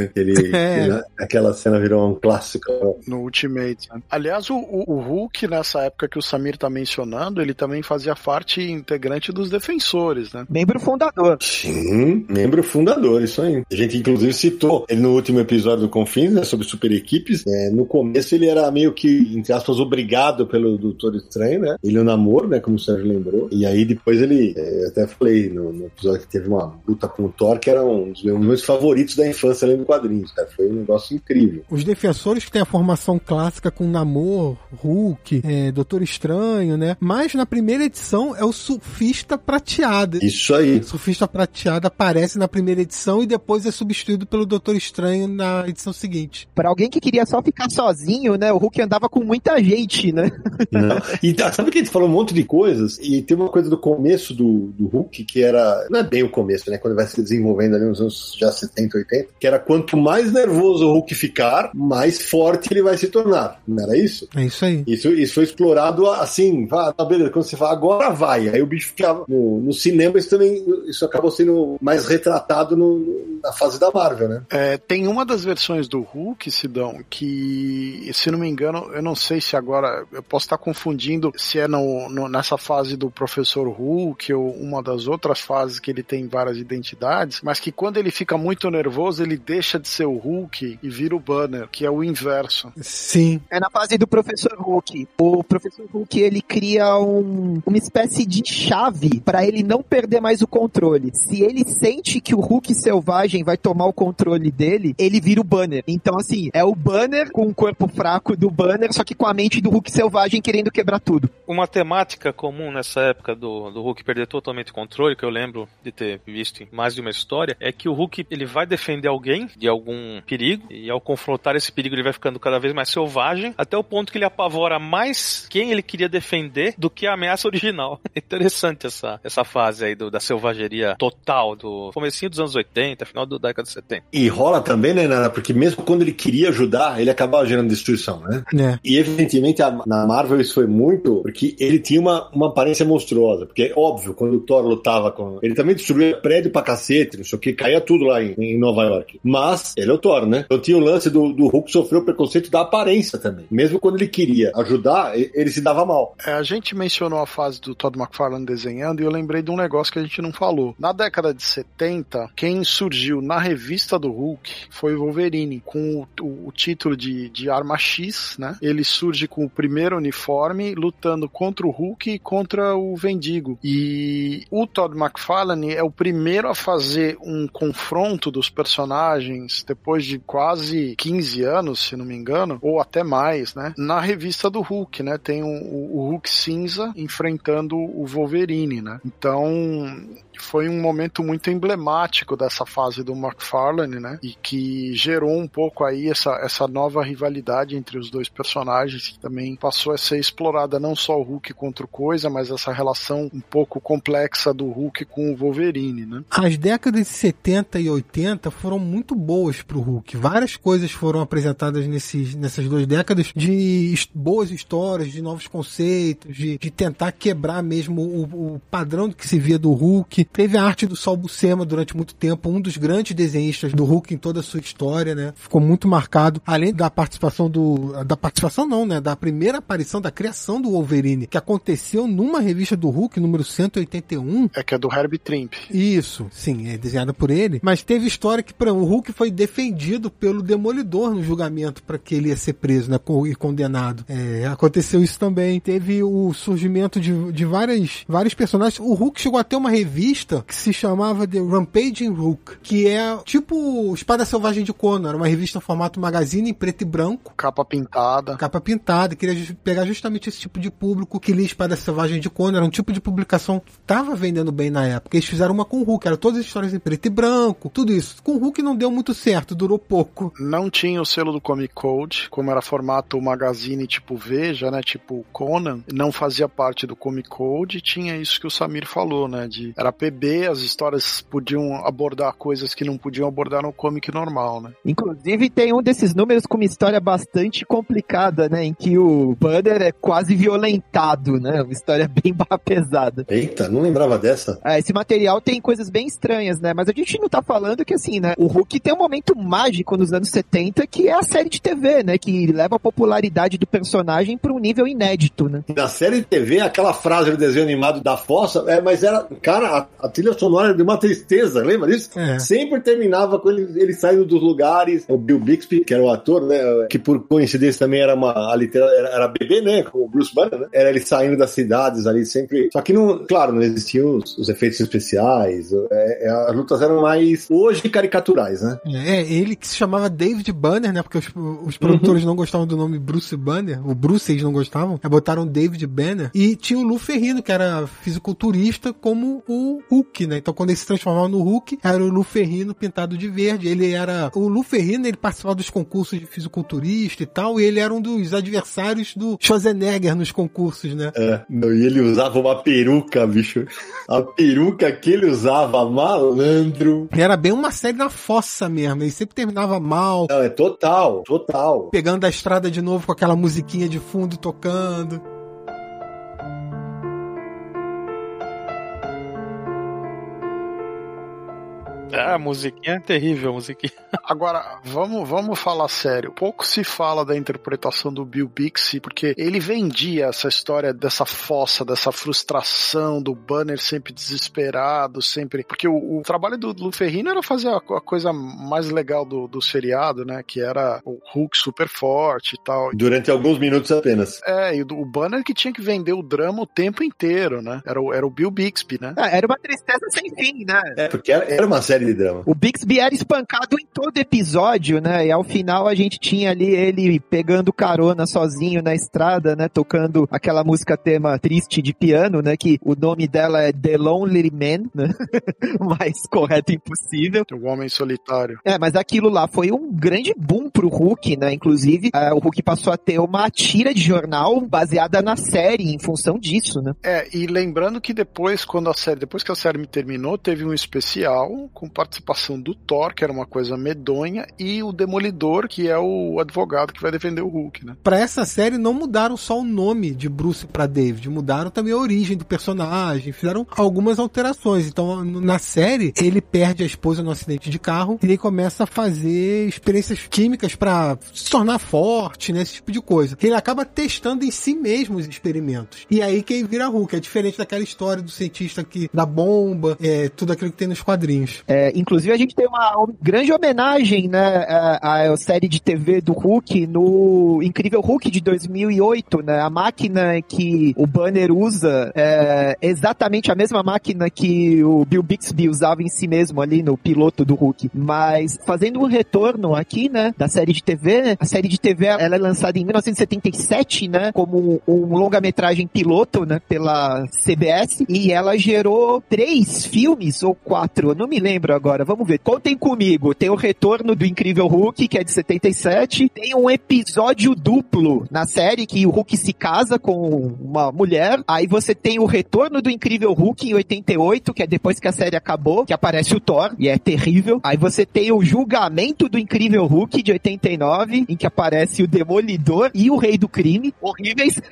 né? Aquela cena virou um clássico. No Ultimate. Né? Aliás, o Hulk, nessa época que o Samir tá mencionando, ele também fazia parte integrante dos Defensores, né? Membro fundador. Sim, membro fundador, isso aí. A gente, inclusive, citou ele no último episódio do Confins, né, sobre super equipes. No começo, ele era meio que, entre aspas, obrigado pelo Doutor Estranho, né? Ele é o namoro, né? Como o Sérgio lembrou. E aí, depois, eu até falei no episódio que teve uma luta com o Thor, que era um dos meus favoritos da infância, além do quadrinhos, cara. Foi um negócio incrível. Os Defensores que tem a formação clássica com Namor, Hulk, Doutor Estranho, né? Mas na primeira edição é o Surfista Prateado. Isso aí. O Surfista Prateado aparece na primeira edição e depois é substituído pelo Doutor Estranho na edição seguinte. Pra alguém que queria só ficar sozinho, né? O Hulk andava com muita gente, né? Não. E sabe que a gente falou um monte de coisas? E tem uma coisa do começo do Hulk que era... Não é bem o começo, né? Quando vai se desenvolvendo ali nos anos já 70, 80. Que era quanto mais nervoso o Hulk ficar, mais forte ele vai se tornar. Não era isso? É isso aí. Isso foi explorado assim. Beleza, quando você fala agora vai. Aí o bicho ficava... No cinema isso acabou sendo mais retratado na fase da Marvel, né? Tem uma das versões do Hulk, Sidão, que, se não me engano, eu não sei se agora, eu posso estar confundindo se é nessa fase do Professor Hulk ou uma das outras fases que ele tem várias identidades, mas que quando ele fica muito nervoso, ele deixa de ser o Hulk e vira o Banner, que é o inverso. Sim. É na fase do Professor Hulk. O Professor Hulk, ele cria uma espécie de chave para ele não perder mais o controle. Se ele sente que o Hulk selvagem vai tomar o controle dele, ele vira o Banner. Então, assim, é o Banner com o corpo fraco do Banner, só que com a mente do Hulk selvagem querendo quebrar tudo. Uma temática comum nessa época do Hulk perder totalmente o controle, que eu lembro de ter visto em mais de uma história, é que o Hulk, ele vai defender alguém de algum perigo, e ao confrontar esse perigo ele vai ficando cada vez mais selvagem, até o ponto que ele apavora mais quem ele queria defender do que a ameaça original. É interessante essa fase aí da selvageria total, do comecinho dos anos 80, final da década de 70. E rola também, né, Nara? Porque mesmo quando ele queria ajudar, ele acabava gerando destruição, né? E evidentemente na Marvel isso foi muito, porque ele tinha uma aparência monstruosa, porque é óbvio, quando o Thor lutava com... Ele também destruía prédio pra cacete, não sei o que, caía tudo lá em Nova York. Mas ele é o Thor, né? Então tinha o lance do Hulk sofrer o preconceito da aparência também. Mesmo quando ele queria ajudar, ele se dava mal. A gente mencionou a fase do Todd McFarlane desenhando e eu lembrei de um negócio que a gente não falou. Na década de 70, quem surgiu na revista do Hulk foi o Wolverine, com o título de Arma X, né? Ele surge com o primeiro uniforme, lutando contra o Hulk e contra o Vendigo. E o Todd McFarlane é o primeiro a fazer um confronto dos personagens depois de quase 15 anos, se não me engano, ou até mais, né? Na revista do Hulk, né? Tem o Hulk cinza enfrentando o Wolverine, né? Então... foi um momento muito emblemático dessa fase do McFarlane, né? E que gerou um pouco aí essa nova rivalidade entre os dois personagens, que também passou a ser explorada não só o Hulk contra o Coisa, mas essa relação um pouco complexa do Hulk com o Wolverine, né? As décadas de 70 e 80 foram muito boas pro Hulk. Várias coisas foram apresentadas nessas 2 décadas de boas histórias, de novos conceitos, de tentar quebrar mesmo o padrão que se via do Hulk. Teve a arte do Saul Buscema durante muito tempo, um dos grandes desenhistas do Hulk em toda a sua história, né? Ficou muito marcado, além da participação da primeira aparição, da criação do Wolverine, que aconteceu numa revista do Hulk, número 181. Que é do Herbie Trimpe. Isso, sim, é desenhada por ele. Mas teve história que o Hulk foi defendido pelo Demolidor no julgamento para que ele ia ser preso, né? E condenado. Aconteceu isso também. Teve o surgimento de vários personagens. O Hulk chegou a ter uma revista que se chamava The Rampaging Hulk, que é tipo Espada Selvagem de Conan, era uma revista em formato magazine em preto e branco. Capa pintada, queria pegar justamente esse tipo de público que lia Espada Selvagem de Conan, era um tipo de publicação que estava vendendo bem na época. Eles fizeram uma com o Hulk, eram todas as histórias em preto e branco, tudo isso. Com o Hulk não deu muito certo, durou pouco. Não tinha o selo do Comic Code, como era formato magazine tipo Veja, né, tipo Conan, não fazia parte do Comic Code, tinha isso que o Samir falou, né, era PB, as histórias podiam abordar coisas que não podiam abordar no comic normal, né? Inclusive tem um desses números com uma história bastante complicada, né, em que o Banner é quase violentado, né, uma história bem pesada. Eita, não lembrava dessa. Esse material tem coisas bem estranhas, né, mas a gente não tá falando que assim, né, o Hulk tem um momento mágico nos anos 70 que é a série de TV, né, que leva a popularidade do personagem para um nível inédito, né. Na série de TV, aquela frase do desenho animado da Fossa, mas era, cara, a trilha sonora de uma tristeza, lembra disso? Sempre terminava com ele saindo dos lugares. O Bill Bixby, que era o ator, né, que por coincidência também era era bebê, né, com o Bruce Banner, né? Era ele saindo das cidades ali sempre. Só que não, claro, não existiam os efeitos especiais. As lutas eram mais hoje caricaturais, né? Ele que se chamava David Banner, né? Porque os produtores não gostavam do nome Bruce Banner, o Bruce eles não gostavam, botaram David Banner. E tinha o Lou Ferrigno, que era fisiculturista, como o Hulk, né? Então quando ele se transformava no Hulk, era o Lou Ferrigno pintado de verde. O Lou Ferrigno, ele participava dos concursos de fisiculturista e tal, e ele era um dos adversários do Schwarzenegger nos concursos, né? E ele usava uma peruca, bicho. A peruca que ele usava, malandro. Era bem uma série na fossa mesmo, ele sempre terminava mal. Não, é total. Pegando a estrada de novo com aquela musiquinha de fundo tocando. A musiquinha é terrível, a musiquinha. Agora, vamos falar sério. Pouco se fala da interpretação do Bill Bixby, porque ele vendia essa história dessa fossa, dessa frustração do Banner sempre desesperado, sempre... Porque o trabalho do Lou Ferrigno era fazer a coisa mais legal do seriado, né? Que era o Hulk super forte e tal. Durante alguns minutos apenas. E o Banner que tinha que vender o drama o tempo inteiro, né? Era o Bill Bixby, né? Era uma tristeza sem fim, né? Porque era uma série aquele drama. O Bixby era espancado em todo episódio, né? E ao final a gente tinha ali ele pegando carona sozinho na estrada, né? Tocando aquela música tema triste de piano, né? Que o nome dela é The Lonely Man, né? Mais correto impossível. O Homem Solitário. Mas aquilo lá foi um grande boom pro Hulk, né? Inclusive, o Hulk passou a ter uma tira de jornal baseada na série, em função disso, né? E lembrando que depois que a série terminou, teve um especial com participação do Thor, que era uma coisa medonha, e o Demolidor, que é o advogado que vai defender o Hulk, né? Pra essa série não mudaram só o nome de Bruce pra David, mudaram também a origem do personagem, fizeram algumas alterações. Então, na série, ele perde a esposa no acidente de carro e ele começa a fazer experiências químicas pra se tornar forte, né? Esse tipo de coisa. Ele acaba testando em si mesmo os experimentos. E aí que ele vira Hulk. É diferente daquela história do cientista da bomba, tudo aquilo que tem nos quadrinhos. Inclusive, a gente tem uma grande homenagem, né, à série de TV do Hulk no Incrível Hulk de 2008, né? A máquina que o Banner usa é exatamente a mesma máquina que o Bill Bixby usava em si mesmo ali no piloto do Hulk. Mas fazendo um retorno aqui, né, da série de TV, a série de TV ela é lançada em 1977, né, como um longa-metragem piloto, né, pela CBS, e ela gerou 3 filmes ou 4, eu não me lembro agora, vamos ver. Contem comigo, tem o Retorno do Incrível Hulk, que é de 77, tem um episódio duplo na série que o Hulk se casa com uma mulher, aí você tem o Retorno do Incrível Hulk em 88, que é depois que a série acabou, que aparece o Thor, e é terrível. Aí você tem o Julgamento do Incrível Hulk de 89, em que aparece o Demolidor e o Rei do Crime, horríveis.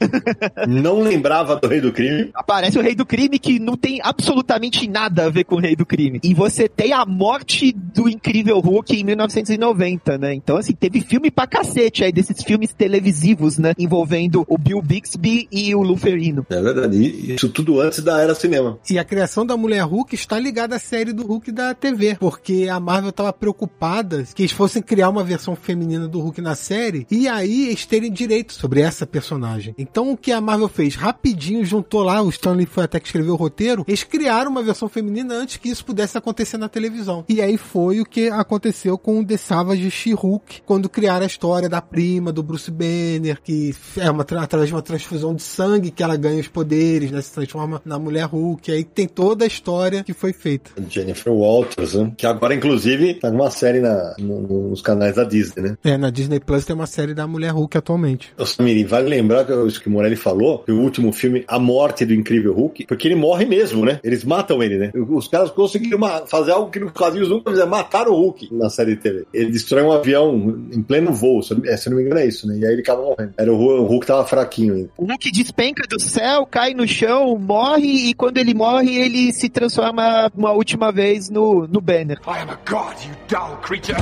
Não lembrava do Rei do Crime. Aparece o Rei do Crime, que não tem absolutamente nada a ver com o Rei do Crime. E você tem a morte do Incrível Hulk em 1990, né? Então, assim, teve filme pra cacete aí, desses filmes televisivos, né? Envolvendo o Bill Bixby e o Lou Ferrigno. É verdade. Isso tudo antes da Era Cinema. E a criação da Mulher Hulk está ligada à série do Hulk da TV, porque a Marvel estava preocupada que eles fossem criar uma versão feminina do Hulk na série, e aí eles terem direito sobre essa personagem. Então, o que a Marvel fez? Rapidinho juntou lá, o Stan Lee foi até que escreveu o roteiro, eles criaram uma versão feminina antes que isso pudesse acontecer na televisão. E aí foi o que aconteceu com o The Savage She-Hulk, quando criaram a história da prima do Bruce Banner, que é através de uma transfusão de sangue que ela ganha os poderes, né, se transforma na Mulher Hulk. Aí tem toda a história que foi feita. Jennifer Walters, né? Que agora, inclusive, tá numa série nos canais da Disney, né? Na Disney Plus tem uma série da Mulher Hulk atualmente. Samiri, vale lembrar que isso que o Morelli falou, que o último filme, A Morte do Incrível Hulk, porque ele morre mesmo, né? Eles matam ele, né? Os caras conseguiram fazer algo que nos quadrinhos nunca fizeram, mataram o Hulk na série de TV. Ele destrói um avião em pleno voo, se não me engano é isso, né? E aí ele acaba morrendo. O Hulk tava fraquinho ainda. O Hulk despenca do céu, cai no chão, morre, e quando ele morre, ele se transforma uma última vez no Banner. I am a god, you dull creature.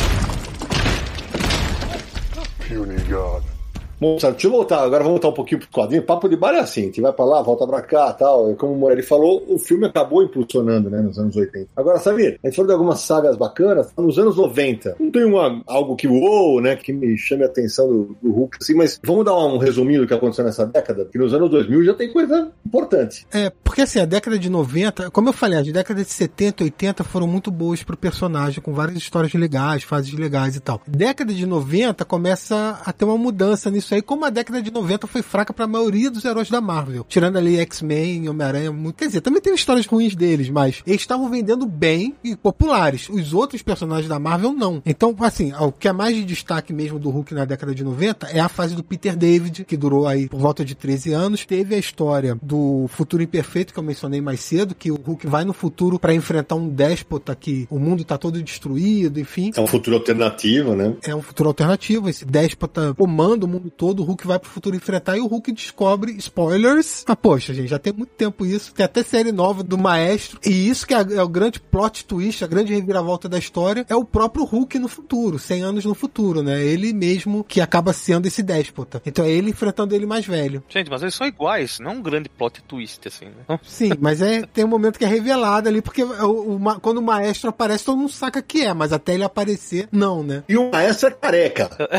Puny god. Bom, sabe, deixa eu voltar, agora vamos voltar um pouquinho pro quadrinho. Papo de bar é assim, a gente vai pra lá, volta pra cá, tal. Como o Morelli falou, o filme acabou impulsionando, né, nos anos 80. Agora, Samir, a gente falou de algumas sagas bacanas, nos anos 90. Não tem algo que né, que me chame a atenção do Hulk, assim, mas vamos dar um resuminho do que aconteceu nessa década, que nos anos 2000 já tem coisa importante. Porque assim, a década de 90, como eu falei, as décadas de 70 e 80 foram muito boas pro personagem, com várias histórias legais, fases legais e tal. Década de 90 começa a ter uma mudança nisso aí, como a década de 90 foi fraca pra maioria dos heróis da Marvel. Tirando ali X-Men, Homem-Aranha, quer dizer, também tem histórias ruins deles, mas eles estavam vendendo bem e populares. Os outros personagens da Marvel, não. Então, assim, o que é mais de destaque mesmo do Hulk na década de 90 é a fase do Peter David, que durou aí por volta de 13 anos. Teve a história do Futuro Imperfeito, que eu mencionei mais cedo, que o Hulk vai no futuro pra enfrentar um déspota que o mundo tá todo destruído, enfim. É um futuro alternativo, né? É um futuro alternativo. Esse déspota comanda o mundo todo, o Hulk vai pro futuro enfrentar e o Hulk descobre, spoilers, poxa, gente, já tem muito tempo isso, tem até série nova do Maestro, e isso que é o grande plot twist, a grande reviravolta da história, é o próprio Hulk no futuro, 100 anos no futuro, né? Ele mesmo que acaba sendo esse déspota. Então é ele enfrentando ele mais velho. Gente, mas eles são iguais, não é um grande plot twist, assim, né? Sim, mas tem um momento que é revelado ali, porque quando o Maestro aparece, todo mundo saca que é, mas até ele aparecer, não, né? E o Maestro é careca.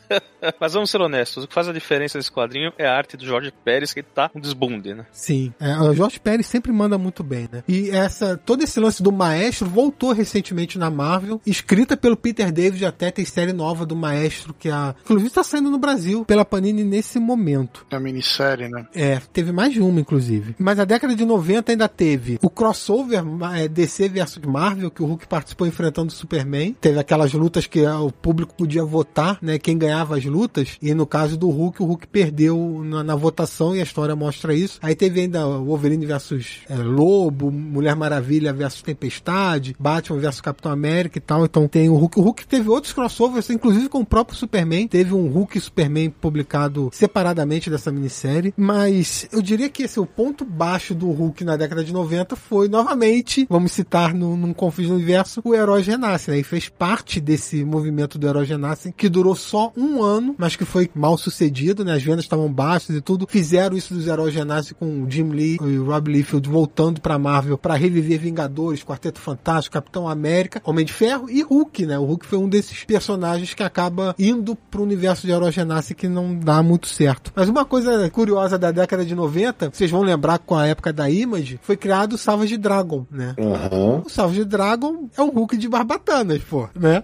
Mas vamos ser honestos, o que faz a diferença nesse quadrinho é a arte do Jorge Pérez, que tá um desbunde, né? Sim, o Jorge Pérez sempre manda muito bem, né? E todo esse lance do Maestro voltou recentemente na Marvel, escrita pelo Peter David, até tem série nova do Maestro, que inclusive tá saindo no Brasil, pela Panini nesse momento. É a minissérie, né? Teve mais de uma, inclusive. Mas a década de 90 ainda teve o crossover DC versus Marvel, que o Hulk participou enfrentando o Superman. Teve aquelas lutas que o público podia votar, né? Quem ganhava as lutas. E no caso do Hulk, o Hulk perdeu na votação e a história mostra isso. Aí teve ainda o Wolverine versus Lobo, Mulher Maravilha versus Tempestade, Batman versus Capitão América e tal. Então tem o Hulk. O Hulk teve outros crossovers, inclusive com o próprio Superman. Teve um Hulk e Superman publicado separadamente dessa minissérie. Mas eu diria que o ponto baixo do Hulk na década de 90 foi, novamente, vamos citar num Confins do Universo, o Heróis Renascem, né? E fez parte desse movimento do Heróis Renascem, que durou só um ano, mas que foi mal sucedido, né? As vendas estavam baixas e tudo. Fizeram isso dos Heróis Renascem com o Jim Lee e o Rob Liefeld voltando pra Marvel pra reviver Vingadores, Quarteto Fantástico, Capitão América, Homem de Ferro e Hulk, né? O Hulk foi um desses personagens que acaba indo pro universo de Heróis Renascem, que não dá muito certo. Mas uma coisa curiosa da década de 90, vocês vão lembrar, com a época da Image, foi criado o Savage Dragon, né? Uhum. O Savage Dragon é um Hulk de barbatanas, pô, né?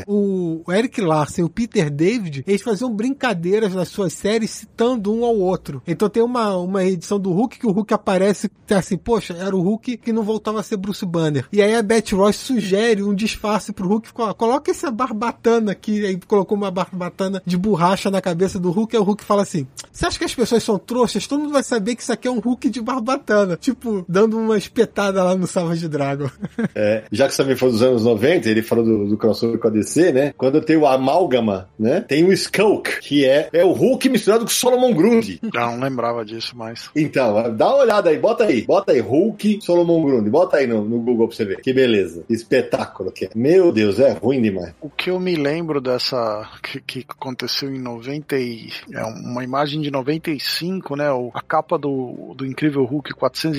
O Eric Larsen e o Peter David, eles faziam brincadeiras nas suas séries citando um ao outro. Então tem uma edição do Hulk que o Hulk aparece assim, poxa, era o Hulk que não voltava a ser Bruce Banner. E aí a Betty Ross sugere um disfarce pro Hulk, coloca essa barbatana aqui, aí colocou uma barbatana de borracha na cabeça do Hulk, e o Hulk fala assim, você acha que as pessoas são trouxas? Todo mundo vai saber que isso aqui é um Hulk de barbatana. Tipo, dando uma espetada lá no Savage Dragon. Já que você também falou dos anos 90, ele falou do crossover com a DC, né? Quando tem o Amálgama, né? Tem o Skulk, que é o Hulk misturado com o Solomon Grundy. Não lembrava disso mais. Então, dá uma olhada aí, bota aí, Hulk, Solomon Grundy, bota aí no Google pra você ver. Que beleza, espetáculo que é. Meu Deus, é ruim demais. O que eu me lembro dessa, que aconteceu em 90 uma imagem de 95, né? A capa do Incrível Hulk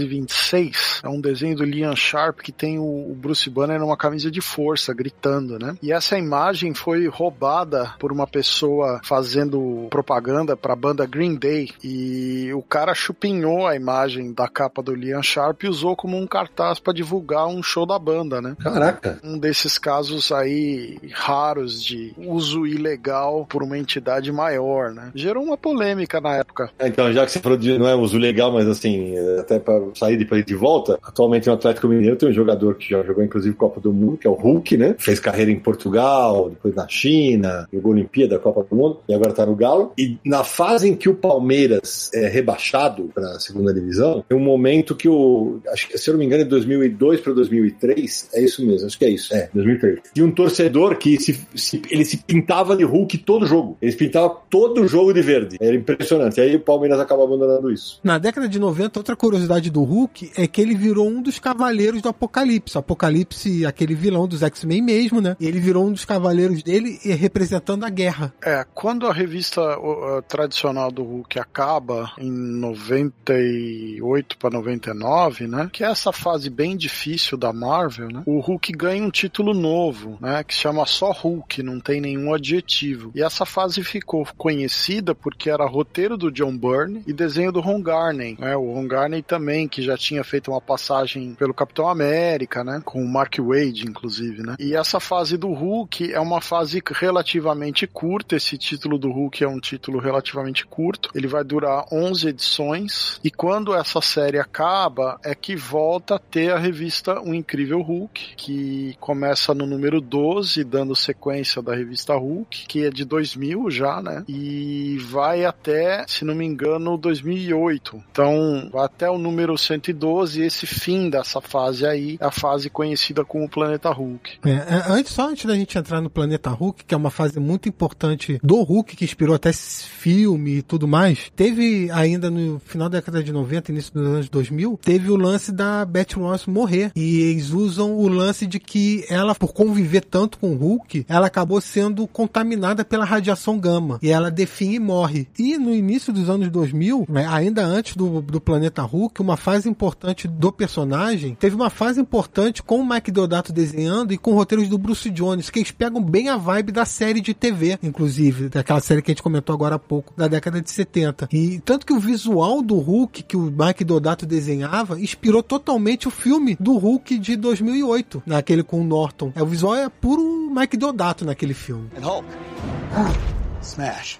426, é um desenho do Liam Sharp que tem o Bruce Banner numa camisa de força, gritando, né? E essa imagem foi roubada por uma pessoa fazendo propaganda pra banda Green Day, e o cara chupinhou a imagem da capa do Liam Sharp e usou como um cartaz pra divulgar um show da banda, né? Caraca! Um desses casos aí raros de uso ilegal por uma entidade maior, né? Gerou uma polêmica na época. Então, já que você falou de não é uso legal, mas assim, até pra sair depois de volta, atualmente no Atlético Mineiro tem um jogador que já jogou inclusive Copa do Mundo, que é o Hulk, né? Fez carreira em Portugal, depois na China, jogou Olimpíada, Copa do Mundo, e agora tá no Galo. E na fase em que o Palmeiras é rebaixado pra segunda divisão, tem um momento que acho que, se eu não me engano, é 2002 pra 2003, é isso mesmo, acho que é isso, 2003. E um torcedor que ele se pintava de Hulk todo jogo. Ele se pintava todo jogo de verde. Era impressionante. E aí o Palmeiras acaba abandonando isso. Na década de 90, outra curiosidade do Hulk é que ele virou um dos cavaleiros do Apocalipse. O Apocalipse, aquele vilão dos X-Men mesmo, né? E ele virou um dos cavaleiros dele representando a guerra. Quando a revista tradicional do Hulk acaba em 98 para 99, né? Que é essa fase bem difícil da Marvel, né? O Hulk ganha um título novo, né? Que se chama só Hulk, não tem nenhum adjetivo. E essa fase ficou conhecida porque era roteiro do John Byrne e desenho do Ron Garney, né? O Ron Garney também, que já tinha feito uma passagem pelo Capitão América, né? Com o Mark Waid, inclusive, né? E essa fase do Hulk é uma fase relativamente curta. Esse título do Hulk é um título relativamente curto. Ele vai durar 11 edições. E quando essa série acaba, é que volta a ter a revista O Incrível Hulk, que começa no número 12, dando sequência da revista Hulk, que é de 2000 já, né? E vai até, se não me engano, 2008. Então, vai até o número 112, esse fim dessa fase aí, a fase conhecida como Planeta Hulk. Antes da gente entrar no Planeta Hulk, que é uma fase muito importante do Hulk, que inspirou até esse filme e tudo mais, teve ainda no final da década de 90, início dos anos 2000, teve o lance da Betty Ross morrer. E eles usam o lance de que ela, por conviver tanto com o Hulk, ela acabou sendo contaminada pela radiação gama. E ela definha e morre. E no início dos anos 2000, ainda antes do Planeta Hulk, uma fase importante do personagem, teve uma fase importante com o Mike Deodato desenhando e com roteiros do Bruce Jones, que eles pegam bem a vibe da série de TV. inclusive, daquela série que a gente comentou agora há pouco, da década de 70. E tanto que o visual do Hulk que o Mike Deodato desenhava inspirou totalmente o filme do Hulk de 2008, naquele com o Norton. O visual é puro Mike Deodato naquele filme. And Hulk. Smash.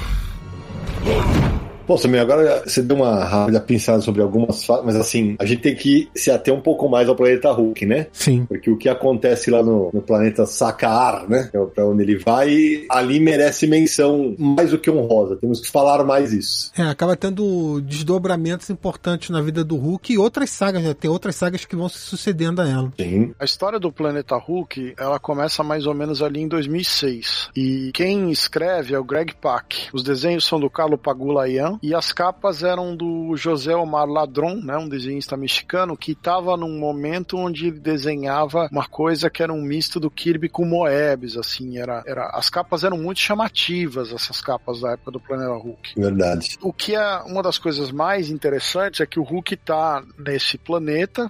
Bom, Samir, agora você deu uma rápida pincelada sobre algumas fases, mas assim, a gente tem que se ater um pouco mais ao planeta Hulk, né? Sim. Porque o que acontece lá no planeta Sakaar, né? Que é pra onde ele vai, ali merece menção mais do que honrosa. Temos que falar mais isso. Acaba tendo desdobramentos importantes na vida do Hulk e outras sagas, né? Tem outras sagas que vão se sucedendo a ela. Sim. A história do planeta Hulk, ela começa mais ou menos ali em 2006. E quem escreve é o Greg Pak. Os desenhos são do Carlo Pagulayan. E as capas eram do José Omar Ladron, né, um desenhista mexicano, que estava num momento onde ele desenhava uma coisa que era um misto do Kirby com Moebius, assim, as capas eram muito chamativas, essas capas da época do Planeta Hulk. Verdade. O que é uma das coisas mais interessantes é que o Hulk está nesse planeta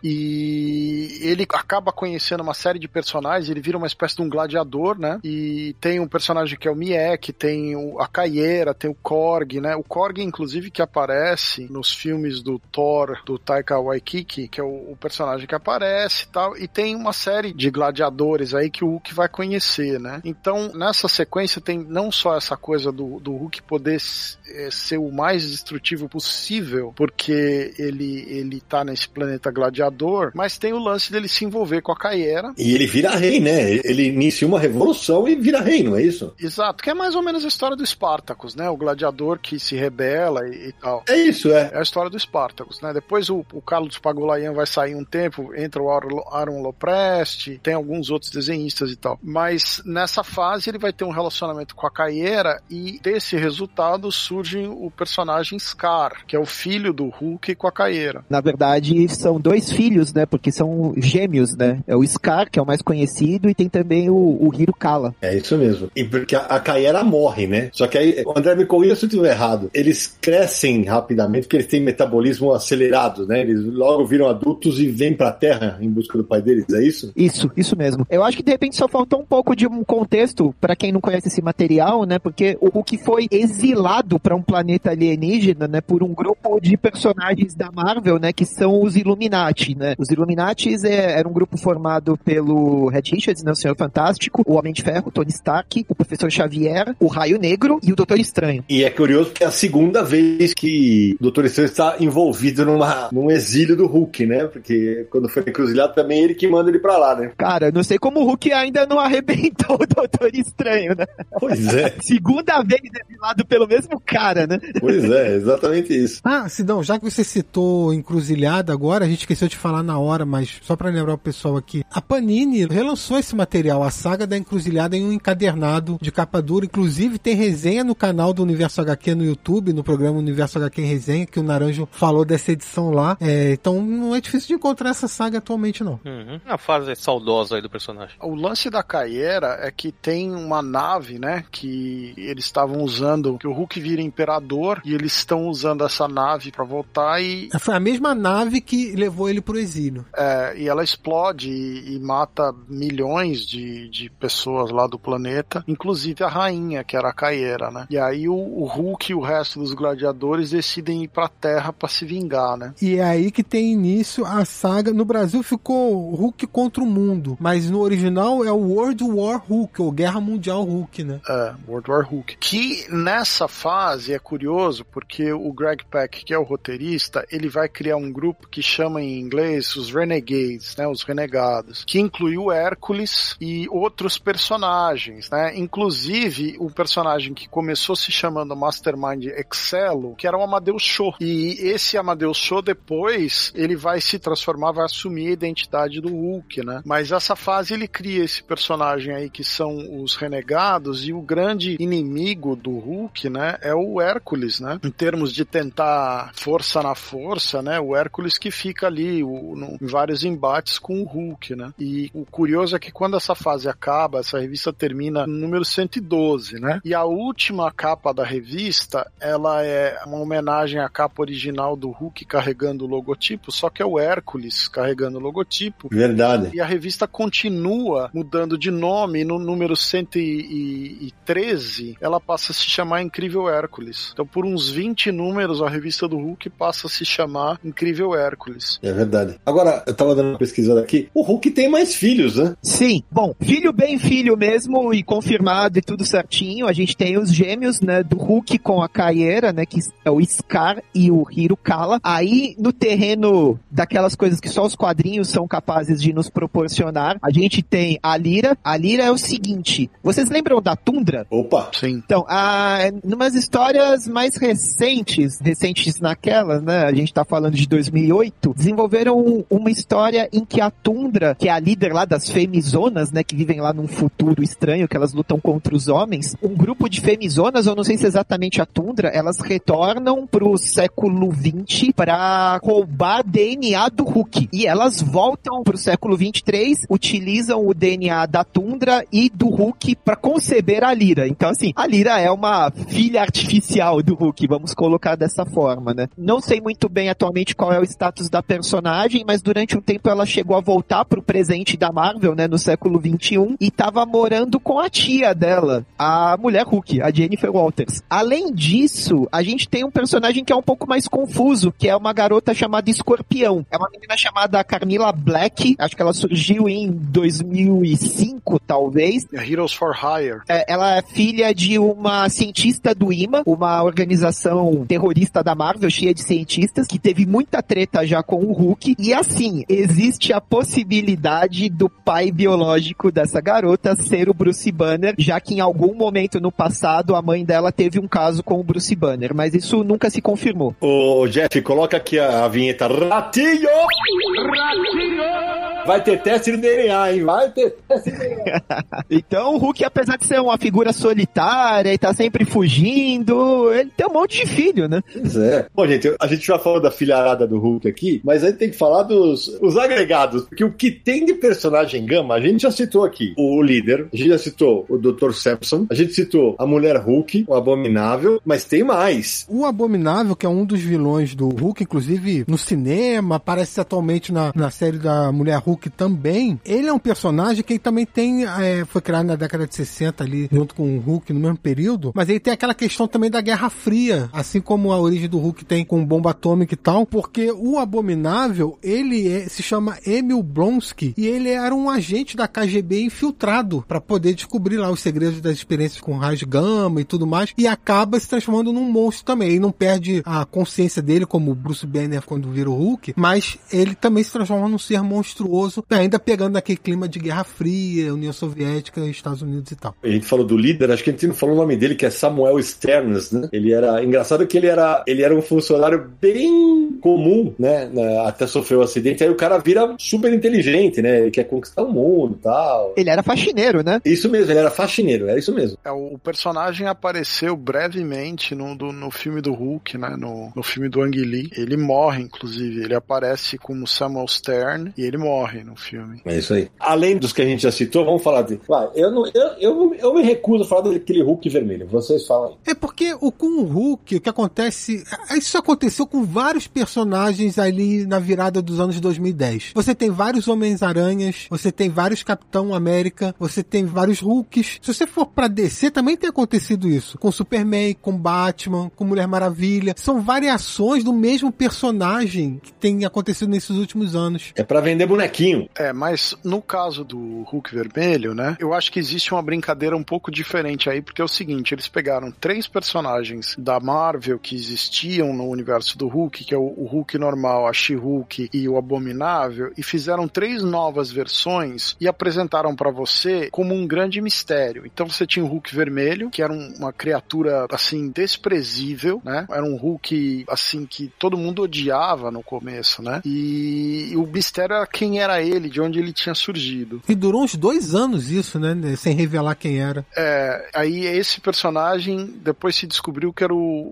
e ele acaba conhecendo uma série de personagens, ele vira uma espécie de um gladiador, né, e tem um personagem que é o Miek, tem a Caieira, tem o Korg, né, o Korg, inclusive, que aparece nos filmes do Thor, do Taika Waititi, que é o personagem que aparece e tal, e tem uma série de gladiadores aí que o Hulk vai conhecer, né? Então, nessa sequência tem não só essa coisa do Hulk poder ser o mais destrutivo possível, porque ele tá nesse planeta gladiador, mas tem o lance dele se envolver com a Caieira. E ele vira rei, né? Ele inicia uma revolução e vira rei, não é isso? Exato, que é mais ou menos a história do Spartacus, né? O gladiador que se rebela e tal. É isso, é. É a história do Spartacus, né? Depois o Carlos Pagulayan vai sair um tempo, entra o Aaron Lopresti, tem alguns outros desenhistas e tal. Mas nessa fase ele vai ter um relacionamento com a Caieira e desse resultado surge o personagem Scar, que é o filho do Hulk com a Caieira. Na verdade, são dois filhos, né? Porque são gêmeos, né? É o Scar, que é o mais conhecido, e tem também o Hiro Kala. É isso mesmo. E porque a Caieira morre, né? Só que aí, o André me corrija se eu estiver errado. Eles crescem rapidamente porque eles têm metabolismo acelerado, né? Eles logo viram adultos e vêm pra Terra em busca do pai deles, é isso? Isso mesmo. Eu acho que de repente só faltou um pouco de um contexto pra quem não conhece esse material, né? Porque o Hulk foi exilado pra um planeta alienígena, né? Por um grupo de personagens da Marvel, né? Que são os Illuminati, né? Os Illuminatis era um grupo formado pelo Reed Richards, né? O Senhor Fantástico, o Homem de Ferro, o Tony Stark, o Professor Xavier, o Raio Negro e o Doutor Estranho. E é curioso porque é a segunda vez que o Doutor Estranho está envolvido num exílio do Hulk, né? Porque quando foi encruzilhado também ele que manda ele pra lá, né? Cara, não sei como o Hulk ainda não arrebentou o Doutor Estranho, né? Pois é. Segunda vez exilado pelo mesmo cara, né? Pois é, exatamente isso. Sidão, já que você citou Encruzilhada agora, a gente esqueceu de falar na hora, mas só pra lembrar o pessoal aqui, a Panini relançou esse material, a saga da Encruzilhada, em um encadernado de capa dura, inclusive tem resenha no canal do Universo HQ no YouTube, no programa Universo HQ em Resenha, que o Naranjo falou dessa edição lá, então não é difícil de encontrar essa saga atualmente, não. A fase saudosa aí do personagem. O lance da Caieira é que tem uma nave, né, que eles estavam usando, que o Hulk vira imperador, e eles estão usando essa nave pra voltar e... Foi a mesma nave que levou ele pro exílio. E ela explode e mata milhões de pessoas lá do planeta, inclusive a rainha, que era a Caieira, né? E aí o Hulk e o resto dos gladiadores decidem ir pra Terra pra se vingar, né? E é aí que tem início a saga. No Brasil ficou Hulk contra o Mundo, mas no original é o World War Hulk, ou Guerra Mundial Hulk, né? World War Hulk. Que nessa fase é curioso, porque o Greg Pak, que é o roteirista, ele vai criar um grupo que chama em inglês os Renegades, né? Os Renegados, que inclui o Hércules e outros personagens, né? Inclusive um personagem que começou se chamando Mastermind Excelo, que era o Amadeus Cho. E esse Amadeus Cho depois, ele vai se transformar, vai assumir a identidade do Hulk, né? Mas essa fase ele cria esse personagem aí que são os Renegados, e o grande inimigo do Hulk, né, é o Hércules, né? Em termos de tentar força na força, né? O Hércules que fica ali em vários embates com o Hulk, né? E o curioso é que quando essa fase acaba, essa revista termina no número 112, né? E a última capa da revista, ela ela é uma homenagem à capa original do Hulk carregando o logotipo, só que é o Hércules carregando o logotipo. Verdade. E a revista continua mudando de nome, no número 113, ela passa a se chamar Incrível Hércules. Então, por uns 20 números, a revista do Hulk passa a se chamar Incrível Hércules. É verdade. Agora, eu tava dando uma pesquisada aqui, o Hulk tem mais filhos, né? Sim. Bom, filho bem filho mesmo e confirmado e tudo certinho. A gente tem os gêmeos, né, do Hulk com a Caieira, né, que é o Scar e o Hirukala. Aí, no terreno daquelas coisas que só os quadrinhos são capazes de nos proporcionar, a gente tem a Lyra. A Lyra é o seguinte, vocês lembram da Tundra? Opa! Sim. Então, numas histórias mais recentes naquelas, né, a gente tá falando de 2008, desenvolveram uma história em que a Tundra, que é a líder lá das Femizonas, né, que vivem lá num futuro estranho, que elas lutam contra os homens, um grupo de Femizonas, eu não sei se é exatamente a Tundra, elas retornam pro século XX pra roubar DNA do Hulk. E elas voltam pro século 23, utilizam o DNA da Tundra e do Hulk pra conceber a Lyra. Então, assim, a Lyra é uma filha artificial do Hulk, vamos colocar dessa forma, né? Não sei muito bem atualmente qual é o status da personagem, mas durante um tempo ela chegou a voltar pro presente da Marvel, né, no século 21, e tava morando com a tia dela, a mulher Hulk, a Jennifer Walters. Além disso, a gente tem um personagem que é um pouco mais confuso, que é uma garota chamada Escorpião. É uma menina chamada Carmilla Black, acho que ela surgiu em 2005, talvez. Heroes for Hire. Ela é filha de uma cientista do IMA, uma organização terrorista da Marvel, cheia de cientistas, que teve muita treta já com o Hulk. E assim, existe a possibilidade do pai biológico dessa garota ser o Bruce Banner, já que em algum momento no passado a mãe dela teve um caso com o Bruce Banner, mas isso nunca se confirmou. Ô, Jeff, coloca aqui a vinheta Ratinho! Vai ter teste de DNA, hein? Vai ter teste de DNA. Então o Hulk, apesar de ser uma figura solitária e tá sempre fugindo, ele tem um monte de filho, né? Pois é. Bom, gente, a gente já falou da filharada do Hulk aqui, mas a gente tem que falar dos agregados, porque o que tem de personagem Gama, a gente já citou aqui o líder, a gente já citou o Dr. Samson, a gente citou a mulher Hulk, o Abominável, mas tem mais. O Abominável, que é um dos vilões do Hulk, inclusive no cinema, aparece atualmente na série da mulher Hulk também. Ele é um personagem que ele também tem, foi criado na década de 60 ali, junto com o Hulk no mesmo período, mas ele tem aquela questão também da Guerra Fria, assim como a origem do Hulk tem com bomba atômica e tal, porque o Abominável, ele se chama Emil Blonsky, e ele era um agente da KGB infiltrado para poder descobrir lá os segredos das experiências com raios gama e tudo mais, e acaba se transformando num monstro também. Ele não perde a consciência dele como Bruce Banner quando vira o Hulk, mas ele também se transforma num ser monstruoso, ainda pegando naquele clima de Guerra Fria, União Soviética, Estados Unidos e tal. A gente falou do líder, acho que a gente não falou o nome dele, que é Samuel Sterns, né? Ele era, engraçado que ele era um funcionário bem comum, né? Até sofreu um acidente, aí o cara vira super inteligente, né? Ele quer conquistar o mundo e tal. Ele era faxineiro, né? Isso mesmo, ele era faxineiro, era isso mesmo. O personagem apareceu brevemente no filme do Hulk, né? No filme do Ang Lee. Ele morre, inclusive. Ele aparece como Samuel Stern e ele morre no filme. É isso aí. Além dos que a gente já citou, vamos falar de... Eu me recuso a falar daquele Hulk vermelho. Vocês falam aí. É porque com o Hulk, o que acontece... Isso aconteceu com vários personagens ali na virada dos anos 2010. Você tem vários Homens-Aranhas, você tem vários Capitão América, você tem vários Hulks. Se você for pra DC, também tem acontecido isso. Com Superman, com Batman, com Mulher Maravilha. São variações do mesmo personagem que tem acontecido nesses últimos anos. É pra vender bonequinho. Mas no caso do Hulk vermelho, né? Eu acho que existe uma brincadeira um pouco diferente aí, porque é o seguinte, eles pegaram 3 personagens da Marvel que existiam no universo do Hulk, que é o Hulk normal, a She-Hulk e o Abominável, e fizeram 3 novas versões e apresentaram pra você como um grande mistério. Então você tinha o Hulk vermelho, que era uma criatura, assim, desprezível, né? Era um Hulk, assim, que todo mundo odiava no começo, né? E o mistério era quem era era ele, de onde ele tinha surgido. E durou uns 2 anos isso, né? Sem revelar quem era. Aí esse personagem, depois se descobriu que era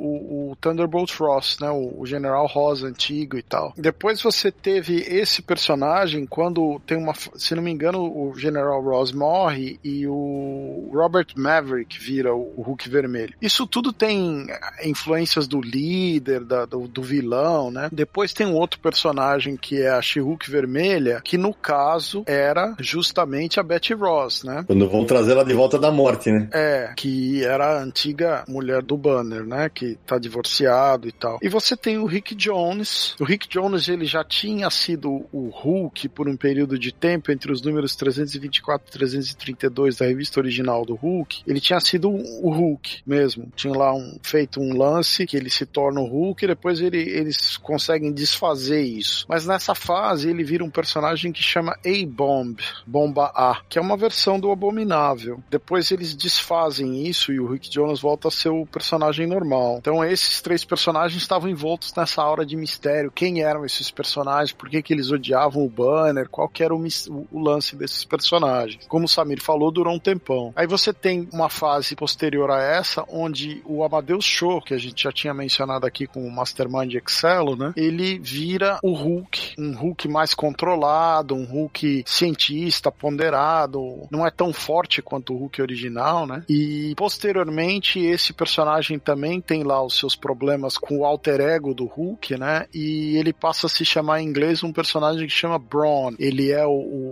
o Thunderbolt Ross, né? O General Ross antigo e tal. Depois você teve esse personagem quando tem se não me engano, o General Ross morre e o Robert Maverick vira o Hulk vermelho. Isso tudo tem influências do líder, do vilão, né? Depois tem um outro personagem que é a She-Hulk vermelha, que no caso era justamente a Betty Ross, né? Quando vão trazer ela de volta da morte, né? Que era a antiga mulher do Banner, né? Que tá divorciado e tal. E você tem o Rick Jones. O Rick Jones, ele já tinha sido o Hulk por um período de tempo entre os números 324 e 332 da revista original do Hulk. Ele tinha sido o Hulk mesmo. Tinha lá feito um lance que ele se torna o Hulk e depois eles conseguem desfazer isso. Mas nessa fase ele vira um personagem que chama A-Bomb, Bomba A, que é uma versão do Abominável. Depois eles desfazem isso e o Rick Jones volta a ser o personagem normal. Então esses 3 personagens estavam envoltos nessa aura de mistério. Quem eram esses personagens? Por que eles odiavam o Banner? Qual que era o lance desses personagens? Como o Samir falou, durou um tempão. Aí você tem uma fase posterior a essa, onde o Amadeus Cho, que a gente já tinha mencionado aqui com o Mastermind Excel, né? Ele vira o Hulk, um Hulk mais controlado, um Hulk cientista, ponderado, não é tão forte quanto o Hulk original, né? E posteriormente esse personagem também tem lá os seus problemas com o alter ego do Hulk, né? E ele passa a se chamar em inglês um personagem que chama Brawn. Ele é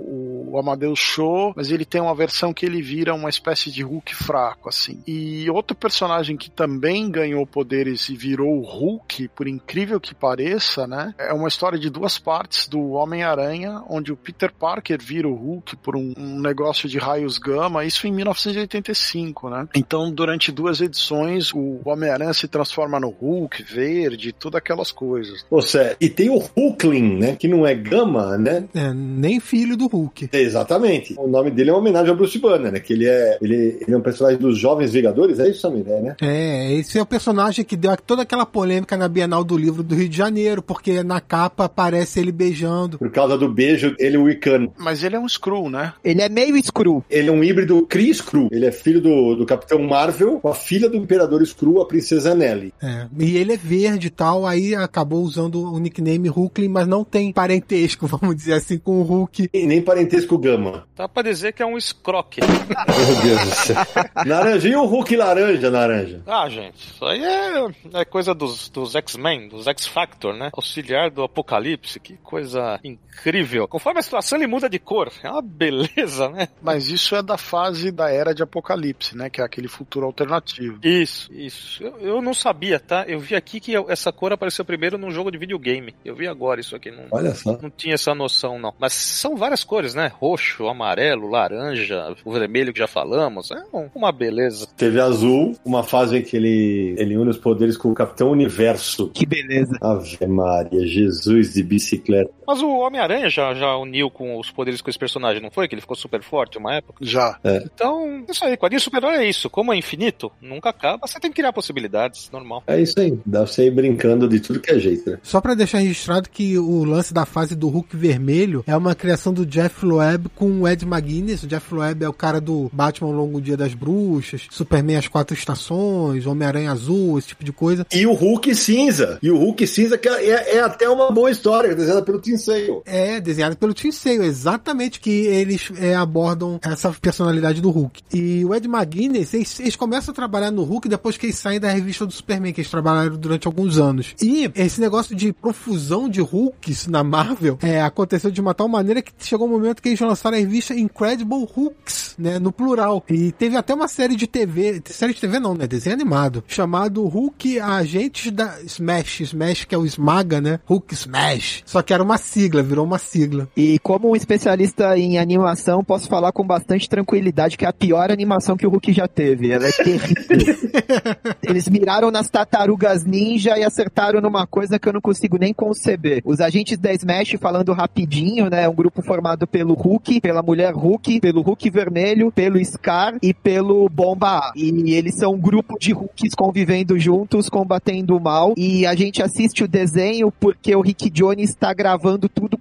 o Amadeus Cho, mas ele tem uma versão que ele vira uma espécie de Hulk fraco, assim. E outro personagem que também ganhou poderes e virou o Hulk, por incrível que pareça, né? É uma história de 2 partes do Homem-Aranha, onde o Peter Parker vira o Hulk por um negócio de raios gama, isso em 1985, né? Então, durante 2 edições, o Homem-Aranha se transforma no Hulk verde, tudo aquelas coisas. E tem o Hulkling, né? Que não é gama, né? Nem filho do Hulk. Exatamente. O nome dele é uma homenagem ao Bruce Banner, né? Que ele é um personagem dos Jovens Vingadores, é isso, Samir, né? Esse é o personagem que deu toda aquela polêmica na Bienal do Livro do Rio de Janeiro, porque na capa aparece ele beijando. Por causa do beijo, ele é o Wiccan. Mas ele é um Skrull, né? Ele é meio Skrull. Ele é um híbrido Kree-Skrull. Ele é filho do Capitão Marvel com a filha do Imperador Skrull, a Princesa Nelly. E ele é verde e tal, aí acabou usando o nickname Hulkling, mas não tem parentesco, vamos dizer assim, com o Hulk. E nem parentesco Gama. Dá pra dizer que é um Scroque. Meu Deus do céu. Naranjinho ou Hulk laranja? Ah, gente, isso aí é coisa dos X-Men, dos X-Factor, né? Auxiliar do Apocalipse, que coisa incrível. Conforme a situação, ele muda de cor. É uma beleza, né? Mas isso é da fase da Era de Apocalipse, né? Que é aquele futuro alternativo. Isso. Eu não sabia, tá? Eu vi aqui que essa cor apareceu primeiro num jogo de videogame. Eu vi agora isso aqui. Olha só. Não tinha essa noção, não. Mas são várias cores, né? Roxo, amarelo, laranja, o vermelho que já falamos. É uma beleza. Teve azul, uma fase em que ele une os poderes com o Capitão Universo. Que beleza. Ave Maria, Jesus de bicicleta. Mas o Homem-Aranha já uniu com os poderes com esse personagem, não foi? Que ele ficou super forte uma época? Já. Então, isso aí, quadrinho super-herói é isso. Como é infinito, nunca acaba, você tem que criar possibilidades, normal. É isso aí. Dá pra você ir brincando de tudo que é jeito, né? Só pra deixar registrado que o lance da fase do Hulk vermelho é uma criação do Jeff Loeb com o Ed McGuinness. O Jeff Loeb é o cara do Batman ao Longo Dia das Bruxas, Superman As 4 Estações, Homem-Aranha Azul, esse tipo de coisa. E o Hulk cinza. Que é até uma boa história, desenhada pelo Tim Sale. Desenhada pelo Tim Sale, exatamente, que eles abordam essa personalidade do Hulk. E o Ed McGuinness, eles começam a trabalhar no Hulk depois que eles saem da revista do Superman, que eles trabalharam durante alguns anos. E esse negócio de profusão de Hulks na Marvel aconteceu de uma tal maneira que chegou um momento que eles lançaram a revista Incredible Hulks, né, no plural. E teve até uma série de TV não, né, desenho animado, chamado Hulk Agentes da Smash, que é o Esmaga, né, Hulk Smash. Só que era uma sigla, virou uma sigla. E como um especialista em animação, posso falar com bastante tranquilidade que é a pior animação que o Hulk já teve. Ela é terrível. Eles miraram nas Tartarugas Ninja e acertaram numa coisa que eu não consigo nem conceber. Os Agentes da Smash, falando rapidinho, né, é um grupo formado pelo Hulk, pela Mulher Hulk, pelo Hulk Vermelho, pelo Scar e pelo Bomba A. E eles são um grupo de Hulks convivendo juntos, combatendo o mal. E a gente assiste o desenho porque o Rick Jones está gravando tudo com câmera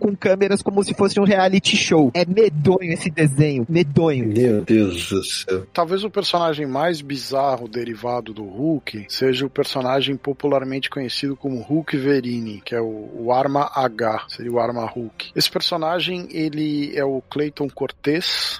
inteiras como se fosse um reality show. É medonho esse desenho, medonho. Meu Deus do céu. Talvez o personagem mais bizarro derivado do Hulk seja o personagem popularmente conhecido como Hulk Verini, que é o Arma H, seria o Arma Hulk. Esse personagem, ele é o Clayton Cortez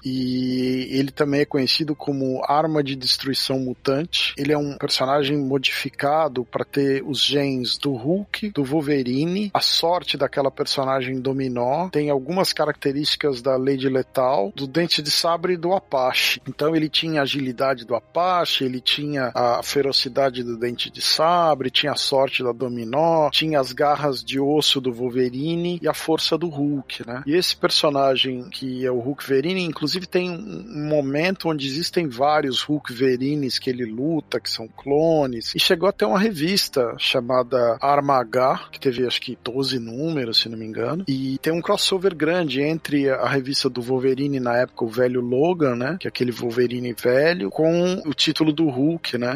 e ele também é conhecido como Arma de Destruição Mutante. Ele é um personagem modificado para ter os genes do Hulk, do Wolverine, a sorte daquela personagem Dominó, tem algumas características da Lady Lethal, do Dente de Sabre e do Apache. Então ele tinha a agilidade do Apache, ele tinha a ferocidade do Dente de Sabre, tinha a sorte da Dominó, tinha as garras de osso do Wolverine e a força do Hulk, né? E esse personagem que é o Hulk Verini, inclusive tem um momento onde existem vários Hulk Verines que ele luta, que são clones, e chegou até uma revista chamada Arma H, que teve acho que 12 números, se não me engano, e tem um crossover grande entre a revista do Wolverine na época, o velho Logan, né, que é aquele Wolverine velho, com o título do Hulk, né,